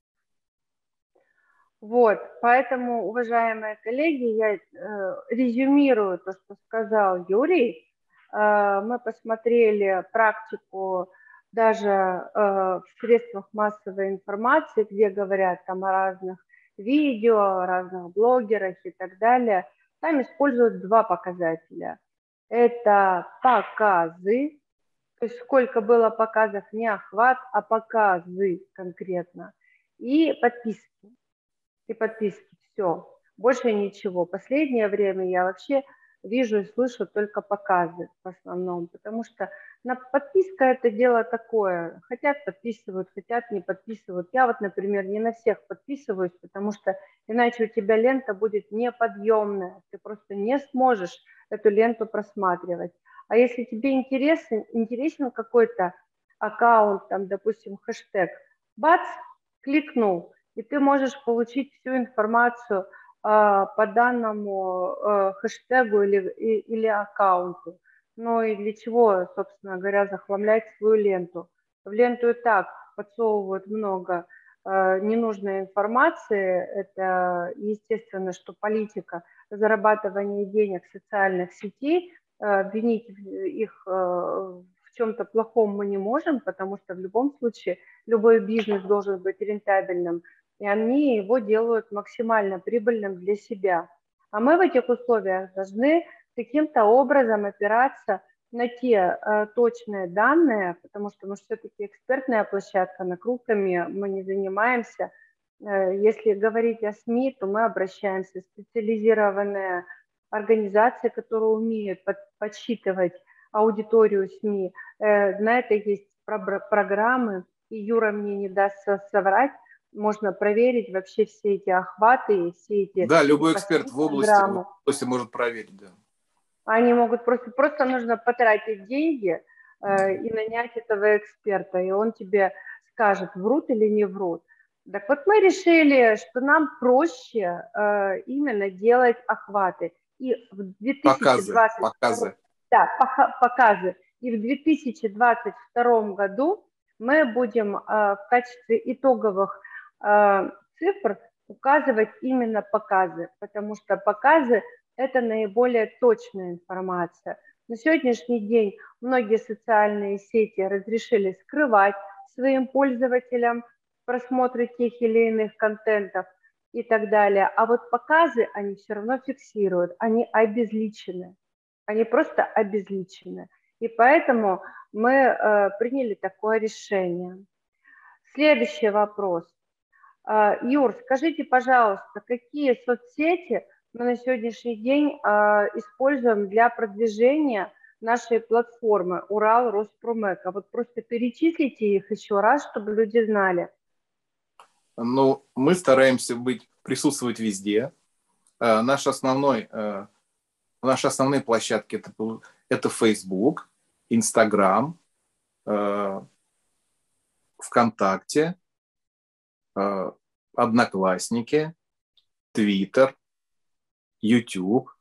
Вот, поэтому, уважаемые коллеги, я э, резюмирую то, что сказал Юрий. Э, мы посмотрели практику даже э, в средствах массовой информации, где говорят там о разных видео, о разных блогерах и так далее. Там используют два показателя. Это показы, то есть сколько было показов, не охват, а показы конкретно, и подписки. И подписки, все, больше ничего. Последнее время я вообще вижу и слышу только показы в основном, потому что на подписка это дело такое, хотят подписывают, хотят не подписывают. Я вот, например, не на всех подписываюсь, потому что иначе у тебя лента будет неподъемная, ты просто не сможешь эту ленту просматривать. А если тебе интересен, интересен какой-то аккаунт, там, допустим, хэштег, бац, кликнул, и ты можешь получить всю информацию э, по данному э, хэштегу или, и, или аккаунту. Ну и для чего, собственно говоря, захламлять свою ленту? В ленту и так подсовывают много э, ненужной информации. Это естественно, что политика зарабатывания денег социальных сетей, э, обвинить их э, в чем-то плохом мы не можем, потому что в любом случае любой бизнес должен быть рентабельным, и они его делают максимально прибыльным для себя. А мы в этих условиях должны каким-то образом опираться на те э, точные данные, потому что мы все-таки экспертная площадка, накрутками мы не занимаемся, Если говорить о СМИ, то мы обращаемся в специализированные организации, которые умеют под, подсчитывать аудиторию СМИ. На это есть программы, и Юра мне не даст соврать, можно проверить вообще все эти охваты и все эти... Да, любой эксперт в области, в области может проверить, да. Они могут просто, просто нужно потратить деньги э, и нанять этого эксперта, и он тебе скажет, врут или не врут. Так вот мы решили, что нам проще э, именно делать охваты. И в две тысячи двадцать втором, показы, показы. Да, показы. И в две тысячи двадцать втором году мы будем э, в качестве итоговых э, цифр указывать именно показы, потому что показы – это наиболее точная информация. На сегодняшний день многие социальные сети разрешили скрывать своим пользователям просмотры тех или иных контентов и так далее. А вот показы они все равно фиксируют, они обезличены, они просто обезличены. И поэтому мы э, приняли такое решение. Следующий вопрос. Э, Юр, скажите, пожалуйста, какие соцсети мы на сегодняшний день э, используем для продвижения нашей платформы Урал Роспромека? Вот просто перечислите их еще раз, чтобы люди знали. Ну, мы стараемся быть, присутствовать везде. Э, наш основной, э, наши основные площадки это, это Facebook, Instagram, э, ВКонтакте, э, Одноклассники, Twitter, YouTube,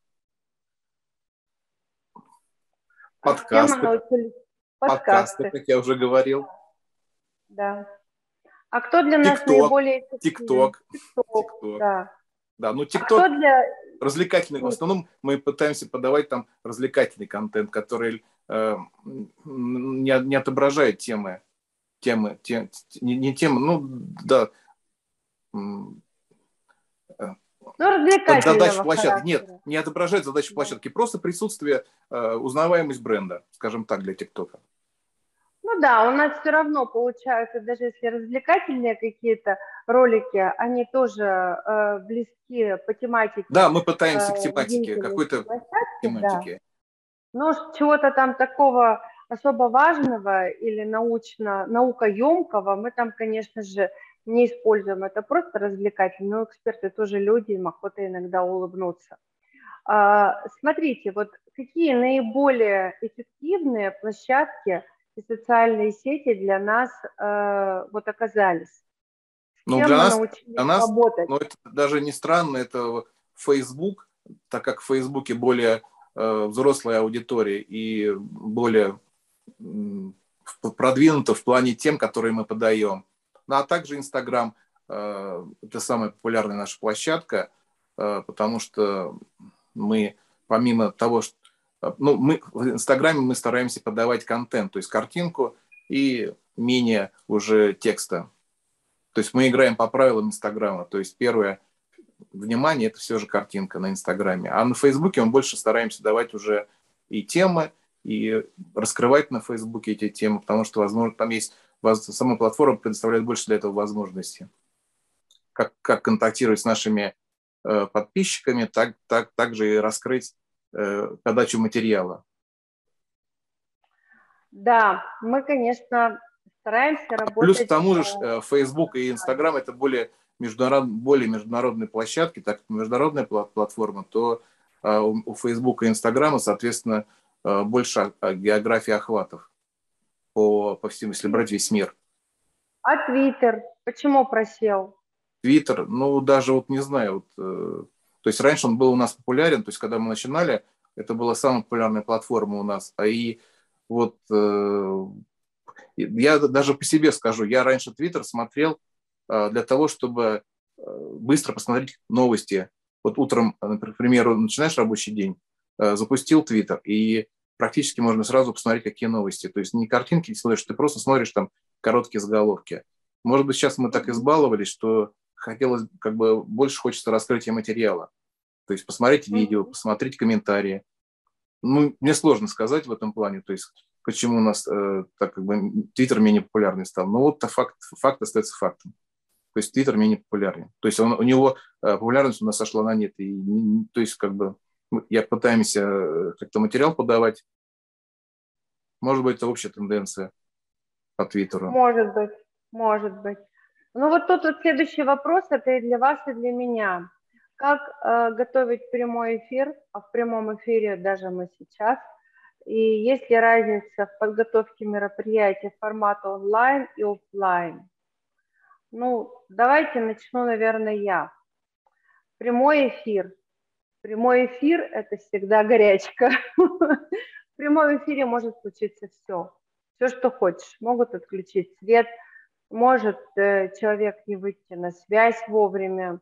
подкасты, подкасты, подкасты, как я уже говорил. Да. А кто для нас TikTok, наиболее TikTok, TikTok, да. Да, ну TikTok а для... развлекательный. В основном мы пытаемся подавать там развлекательный контент, который э, не, не отображает темы, темы, тем, не, не темы, ну да. Ну, развлекательного площадки. Нет, не отображает задачи да. площадки, просто присутствие, э, узнаваемость бренда, скажем так, для ТикТока. Ну да, у нас все равно получается, даже если развлекательные какие-то ролики, они тоже э, близки по тематике. Да, мы пытаемся э, к тематике, какой-то Да. тематике. Но чего-то там такого особо важного или научно, наукоемкого мы там, конечно же, не используем. Это просто развлекательно. Но эксперты тоже люди, им охота иногда улыбнуться. А, смотрите, вот какие наиболее эффективные площадки и социальные сети для нас э, вот оказались? Ну, для нас, для нас ну, это даже не странно, это Facebook, так как в Фейсбуке более э, взрослая аудитория и более э, продвинута в плане тем, которые мы подаем. Ну, а также Instagram э, это самая популярная наша площадка, э, потому что мы, помимо того, что ну, мы в Инстаграме мы стараемся подавать контент, то есть картинку и менее уже текста. То есть мы играем по правилам Инстаграма. То есть первое внимание – это все же картинка на Инстаграме. А на Фейсбуке мы больше стараемся давать уже и темы, и раскрывать на Фейсбуке эти темы, потому что, возможно, там есть, сама платформа предоставляет больше для этого возможностей. Как, как контактировать с нашими э, подписчиками, так, так, также и раскрыть э, подачу материала. Да, мы, конечно, стараемся работать. Плюс к тому же Facebook и Instagram это более, международ, более международные площадки, так как международная платформа, то у Facebook и Instagram, соответственно, больше географии охватов по, по всему, если брать весь мир. А Twitter? Почему просел? Twitter, ну даже вот не знаю, вот, то есть раньше он был у нас популярен, то есть когда мы начинали, это была самая популярная платформа у нас, а и вот я даже по себе скажу, я раньше Twitter смотрел для того, чтобы быстро посмотреть новости. Вот утром, например, начинаешь рабочий день, запустил Twitter, и практически можно сразу посмотреть, какие новости. То есть не картинки не смотришь, ты просто смотришь там короткие заголовки. Может быть, сейчас мы так избаловались, что хотелось, как бы, больше хочется раскрытия материала. То есть посмотреть видео, посмотреть комментарии. Ну, мне сложно сказать в этом плане, то есть почему у нас э, так как бы Twitter менее популярный стал. Но вот факт, факт остается фактом. То есть Твиттер менее популярен. То есть он, у него популярность у нас сошла на нет. И, то есть как бы я пытаемся как-то материал подавать. Может быть, это общая тенденция по Твиттеру. Может быть, может быть. Ну вот тут вот следующий вопрос, это и для вас, и для меня. Как э, готовить прямой эфир, а в прямом эфире даже мы сейчас, и есть ли разница в подготовке мероприятия формата онлайн и офлайн? Ну, давайте начну, наверное, я. Прямой эфир. Прямой эфир – это всегда горячка. В прямом эфире может случиться все. Все, что хочешь. Могут отключить свет, может э, человек не выйти на связь вовремя,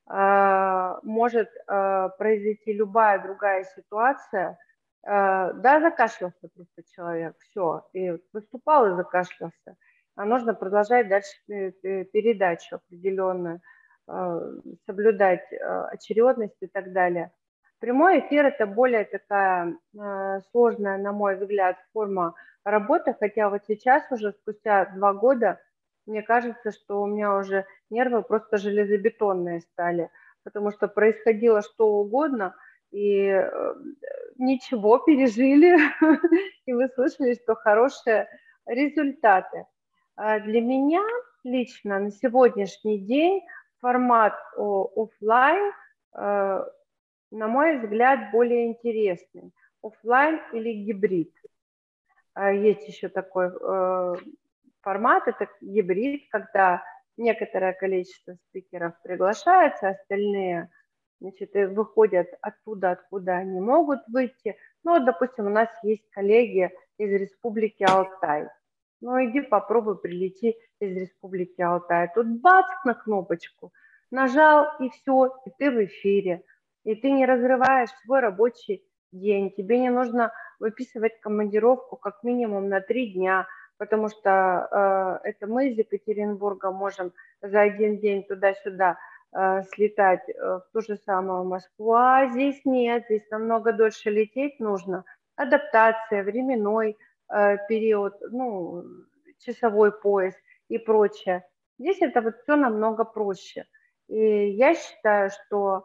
э, может э, произойти любая другая ситуация. Э, да, закашлялся просто человек, все, и вот выступал и закашлялся. А нужно продолжать дальше передачу определенную, э, соблюдать э, очередность и так далее. Прямой эфир – это более такая э, сложная, на мой взгляд, форма работы, хотя вот сейчас уже спустя два года мне кажется, что у меня уже нервы просто железобетонные стали, потому что происходило что угодно, и э, ничего, пережили, и вы слышали, что хорошие результаты. А для меня лично на сегодняшний день формат офлайн, э, на мой взгляд, более интересный. Офлайн или гибрид. Есть еще такой э, формат, это гибрид, когда некоторое количество спикеров приглашается, остальные, значит, выходят оттуда, откуда они могут выйти. Ну, вот, допустим, у нас есть коллеги из Республики Алтай. Ну, иди попробуй прилети из Республики Алтай. Тут бац на кнопочку, нажал, и все, и ты в эфире. И ты не разрываешь свой рабочий день. Тебе не нужно выписывать командировку как минимум на три дня, потому что э, это мы из Екатеринбурга можем за один день туда-сюда э, слетать э, в ту же самую Москву, а здесь нет, здесь намного дольше лететь нужно. Адаптация, временной э, период, ну, часовой пояс и прочее. Здесь это вот все намного проще. И я считаю, что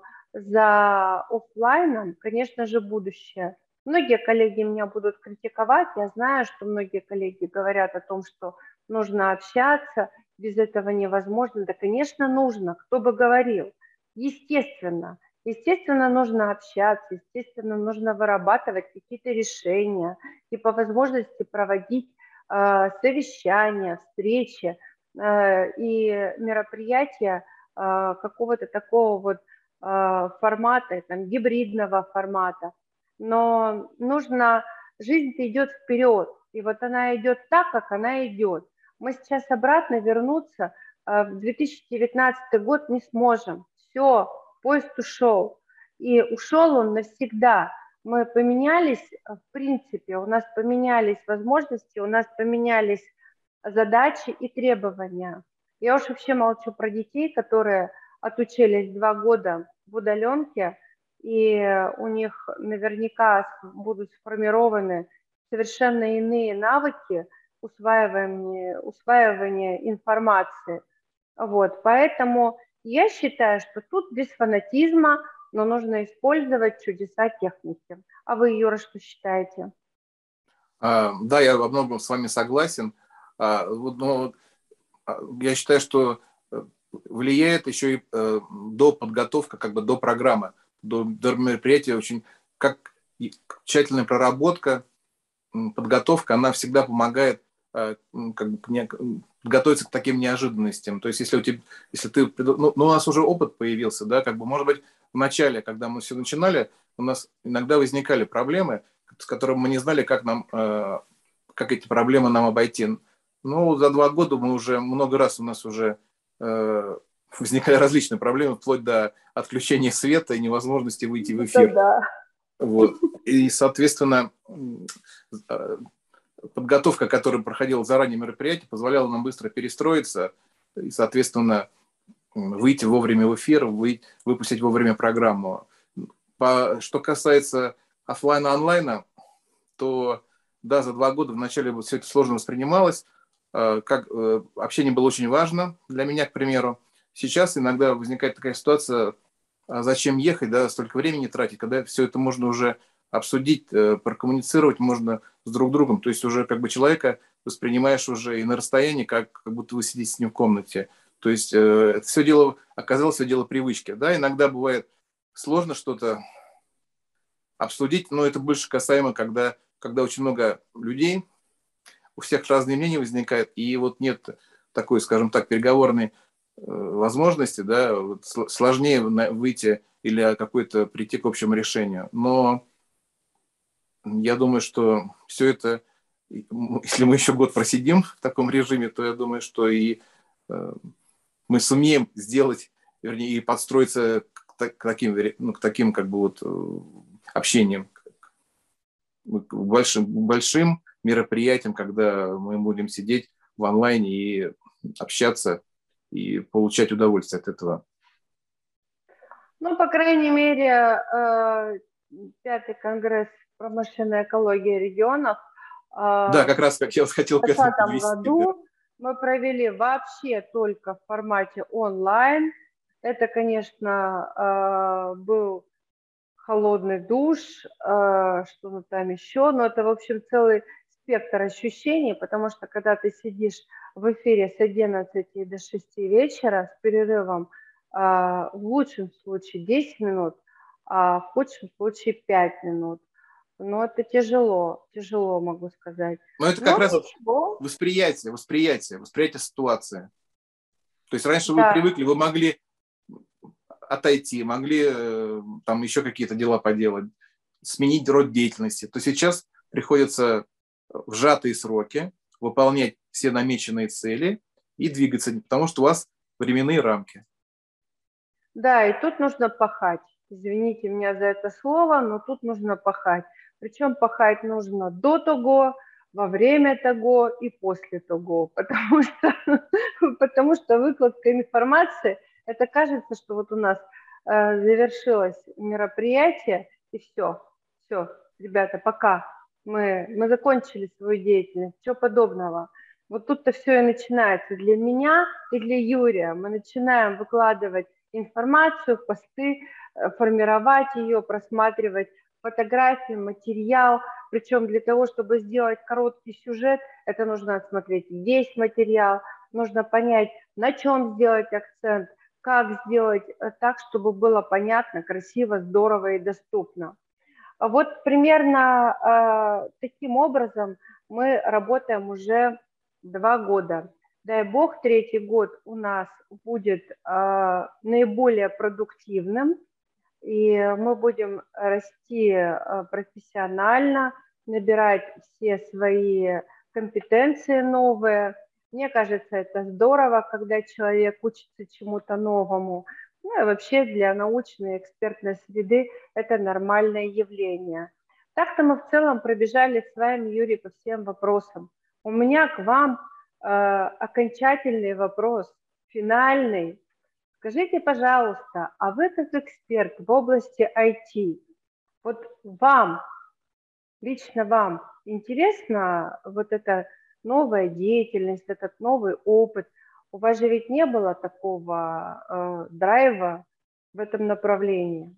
за офлайном, конечно же, будущее. Многие коллеги меня будут критиковать, я знаю, что многие коллеги говорят о том, что нужно общаться, без этого невозможно. Да, конечно, нужно, кто бы говорил. Естественно, естественно, нужно общаться, естественно, нужно вырабатывать какие-то решения и по возможности проводить э, совещания, встречи э, и мероприятия э, какого-то такого вот э, формата, там, гибридного формата. Но нужно, жизнь-то идет вперед, и вот она идет так, как она идет. Мы сейчас обратно вернуться в две тысячи девятнадцатый год не сможем. Все, поезд ушел. И ушел он навсегда. Мы поменялись, в принципе, у нас поменялись возможности, у нас поменялись задачи и требования. Я уж вообще молчу про детей, которые отучились два года в удаленке, и у них наверняка будут сформированы совершенно иные навыки усваивания, усваивания информации. Вот, поэтому я считаю, что тут без фанатизма, но нужно использовать чудеса техники. А вы, Юра, что считаете? А, да, я во многом с вами согласен. А, но я считаю, что влияет еще и э, до подготовка, как бы до программы, до, до мероприятия очень, как тщательная проработка, подготовка, она всегда помогает э, как бы не, готовиться к таким неожиданностям. То есть, если у тебя, если ты, ну, ну, у нас уже опыт появился, да, как бы, может быть, в начале, когда мы все начинали, у нас иногда возникали проблемы, с которыми мы не знали, как нам, э, как эти проблемы нам обойти. Ну, за два года мы уже много раз у нас уже э, возникали различные проблемы, вплоть до отключения света и невозможности выйти в эфир. Да. Вот. И, соответственно, подготовка, которая проходила заранее мероприятие, позволяла нам быстро перестроиться и, соответственно, выйти вовремя в эфир, выйти, выпустить вовремя программу. По, что касается офлайна-онлайна, то да, за два года вначале все это сложно воспринималось. Как, общение было очень важно для меня, к примеру. сейчас иногда возникает такая ситуация, а зачем ехать, да, столько времени тратить, когда все это можно уже обсудить, прокоммуницировать можно с друг другом. То есть уже как бы человека воспринимаешь уже и на расстоянии, как, как будто вы сидите с ним в комнате. То есть это все дело, оказалось все дело привычки. Да, иногда бывает сложно что-то обсудить, но это больше касаемо, когда, когда очень много людей, у всех разные мнения возникают, и вот нет такой, скажем так, переговорной возможности, да, вот сложнее выйти или какой-то прийти к общему решению. Но я думаю, что все это, если мы еще год просидим в таком режиме, то я думаю, что и э, мы сумеем сделать, вернее, и подстроиться к, к таким, ну, к таким как бы вот общениям, к большим, большим мероприятиям, когда мы будем сидеть в онлайне и общаться и получать удовольствие от этого. Ну, по крайней мере, пятый конгресс промышленной экологии регионов да, как раз как я хотел к этому подвести. В двадцатом году мы провели вообще только в формате онлайн. Это, конечно, был холодный душ, что-то там еще, но это, в общем, целый спектр ощущений, потому что когда ты сидишь в эфире с одиннадцати до шести вечера с перерывом в лучшем случае десять минут, а в худшем случае пять минут. Но это тяжело, тяжело, могу сказать. Но это как Но раз ничего. восприятие, восприятие, восприятие ситуации. То есть раньше да. вы привыкли, вы могли отойти, могли там еще какие-то дела поделать, сменить род деятельности. То сейчас приходится в сжатые сроки выполнять все намеченные цели и двигаться, потому что у вас временные рамки. Да, и тут нужно пахать. Извините меня за это слово, но тут нужно пахать. Причем пахать нужно до того, во время того и после того, потому что, потому что выкладка информации, это кажется, что вот у нас э, завершилось мероприятие, и все, все, ребята, пока, мы, мы закончили свою деятельность, ничего подобного. Вот тут-то все и начинается для меня и для Юрия. Мы начинаем выкладывать информацию, посты, формировать ее, просматривать фотографии, материал. Причем для того, чтобы сделать короткий сюжет, это нужно осмотреть весь материал, нужно понять, на чем сделать акцент, как сделать так, чтобы было понятно, красиво, здорово и доступно. Вот примерно э, таким образом мы работаем уже два года. Дай бог, третий год у нас будет э, наиболее продуктивным, и мы будем расти э, профессионально, набирать все свои компетенции новые. Мне кажется, это здорово, когда человек учится чему-то новому. Ну и вообще для научной и экспертной среды это нормальное явление. Так-то мы в целом пробежали с вами, Юрий, по всем вопросам. У меня к вам э, окончательный вопрос, финальный. Скажите, пожалуйста, а вы как эксперт в области ай ти, вот вам, лично вам, интересна вот эта новая деятельность, этот новый опыт? У вас же ведь не было такого э, драйва в этом направлении.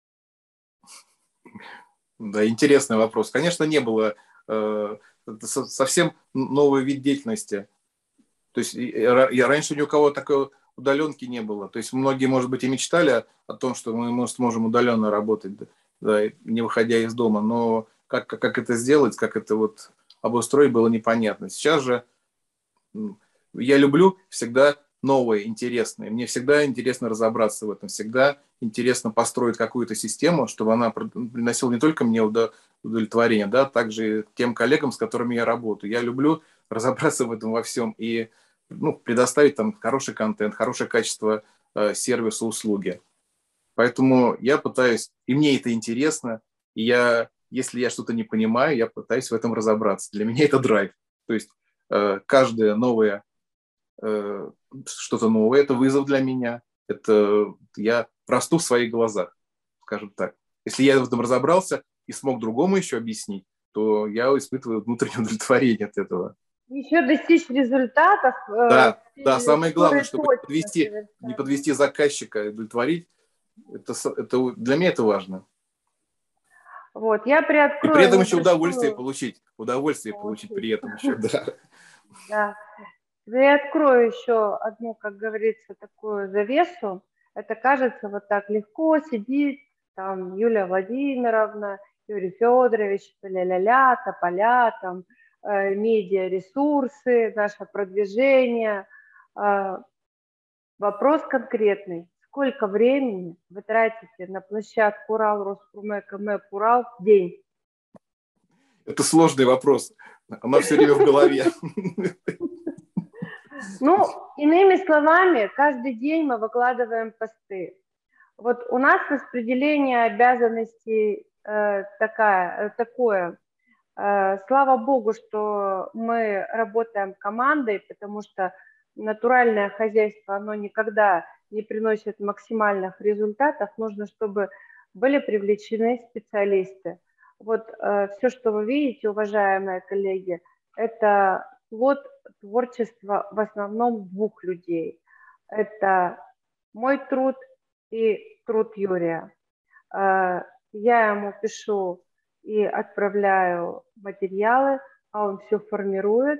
Да, интересный вопрос. Конечно, не было. Э, это совсем новый вид деятельности. То есть я, раньше ни у кого такой удаленки не было. То есть многие, может быть, и мечтали о том, что мы может, сможем удаленно работать, да, не выходя из дома. Но как, как это сделать, как это вот обустроить, было непонятно. Сейчас же я люблю всегда новое, интересное. Мне всегда интересно разобраться в этом. Всегда интересно построить какую-то систему, чтобы она приносила не только мне удовлетворение, да, также и тем коллегам, с которыми я работаю. Я люблю разобраться в этом во всем и ну, предоставить там хороший контент, хорошее качество э, сервиса, услуги. Поэтому я пытаюсь, и мне это интересно, и я, если я что-то не понимаю, я пытаюсь в этом разобраться. Для меня это драйв. То есть э, каждое новое, э, что-то новое, это вызов для меня. Это я расту в своих глазах, скажем так. Если я в этом разобрался и смог другому еще объяснить, то я испытываю внутреннее удовлетворение от этого. Еще достичь результатов. Да, э, да, самое главное, чтобы не подвести, совершенно. не подвести заказчика, удовлетворить. Это, это, для меня это важно. Вот, я приоткрою. И при этом еще удовольствие получить. Удовольствие получить. получить при этом еще, да. Да. Я открою еще одну, как говорится, такую завесу. Это кажется вот так легко сидит там Юлия Владимировна, Юрий Федорович, ля-ля-ля, тополя, там, э, медиаресурсы, наше продвижение. Э, вопрос конкретный. Сколько времени вы тратите на площадку Урал, Роспромека, МЭП Урал в день? Это сложный вопрос. Она все время в голове. Ну, иными словами, каждый день мы выкладываем посты. Вот у нас распределение обязанностей э, такая, такое. Э, слава богу, что мы работаем командой, потому что натуральное хозяйство, оно никогда не приносит максимальных результатов. Нужно, чтобы были привлечены специалисты. Вот э, все, что вы видите, уважаемые коллеги, это плод творчества в основном двух людей. Это мой труд и труд Юрия. Я ему пишу и отправляю материалы, а он все формирует,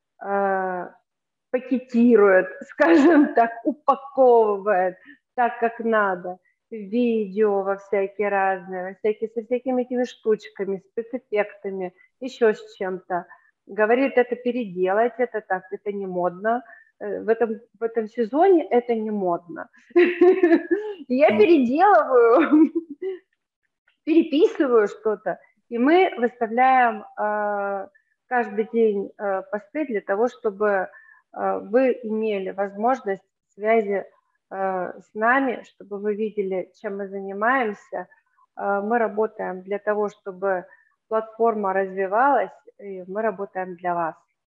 пакетирует, скажем так, упаковывает так, как надо. Видео во всякие разные, во всякие, со всякими этими штучками, спецэффектами, еще с чем-то. Говорит, это переделать, это так, это не модно. В этом, в этом сезоне это не модно. Я переделываю, переписываю что-то, и мы выставляем каждый день посты для того, чтобы вы имели возможность связи с нами, чтобы вы видели, чем мы занимаемся. Мы работаем для того, чтобы платформа развивалась, и мы работаем для вас.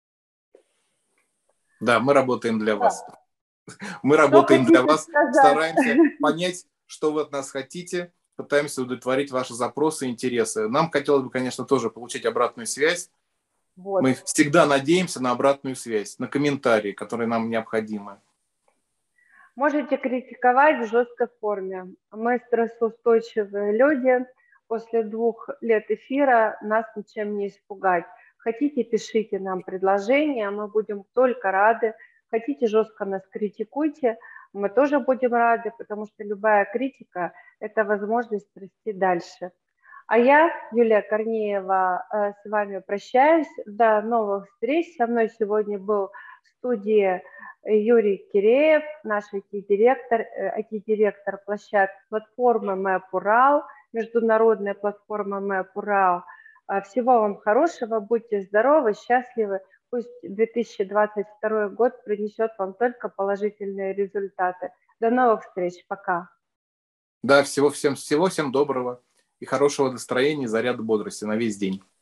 Да, мы работаем для вас. Мы работаем для вас, стараемся понять, что вы от нас хотите, пытаемся удовлетворить ваши запросы и интересы. Нам хотелось бы, конечно, тоже получить обратную связь. Вот. Мы всегда надеемся на обратную связь, на комментарии, которые нам необходимы. Можете критиковать в жесткой форме. Мы стрессоустойчивые люди. После двух лет эфира нас ничем не испугать. Хотите, пишите нам предложения, мы будем только рады. Хотите, жестко нас критикуйте, мы тоже будем рады, потому что любая критика – это возможность расти дальше. А я, Юлия Корнеева, с вами прощаюсь. До новых встреч. Со мной сегодня был в студии Юрий Киреев, наш ай ти-директор, ай ти-директор площадки платформы МЭП Урал, международная платформа МЭП Урал. Всего вам хорошего, будьте здоровы, счастливы. Пусть две тысячи двадцать второй год принесет вам только положительные результаты. До новых встреч. Пока. Да, всего всем, всего всем доброго и хорошего настроения, заряда бодрости на весь день.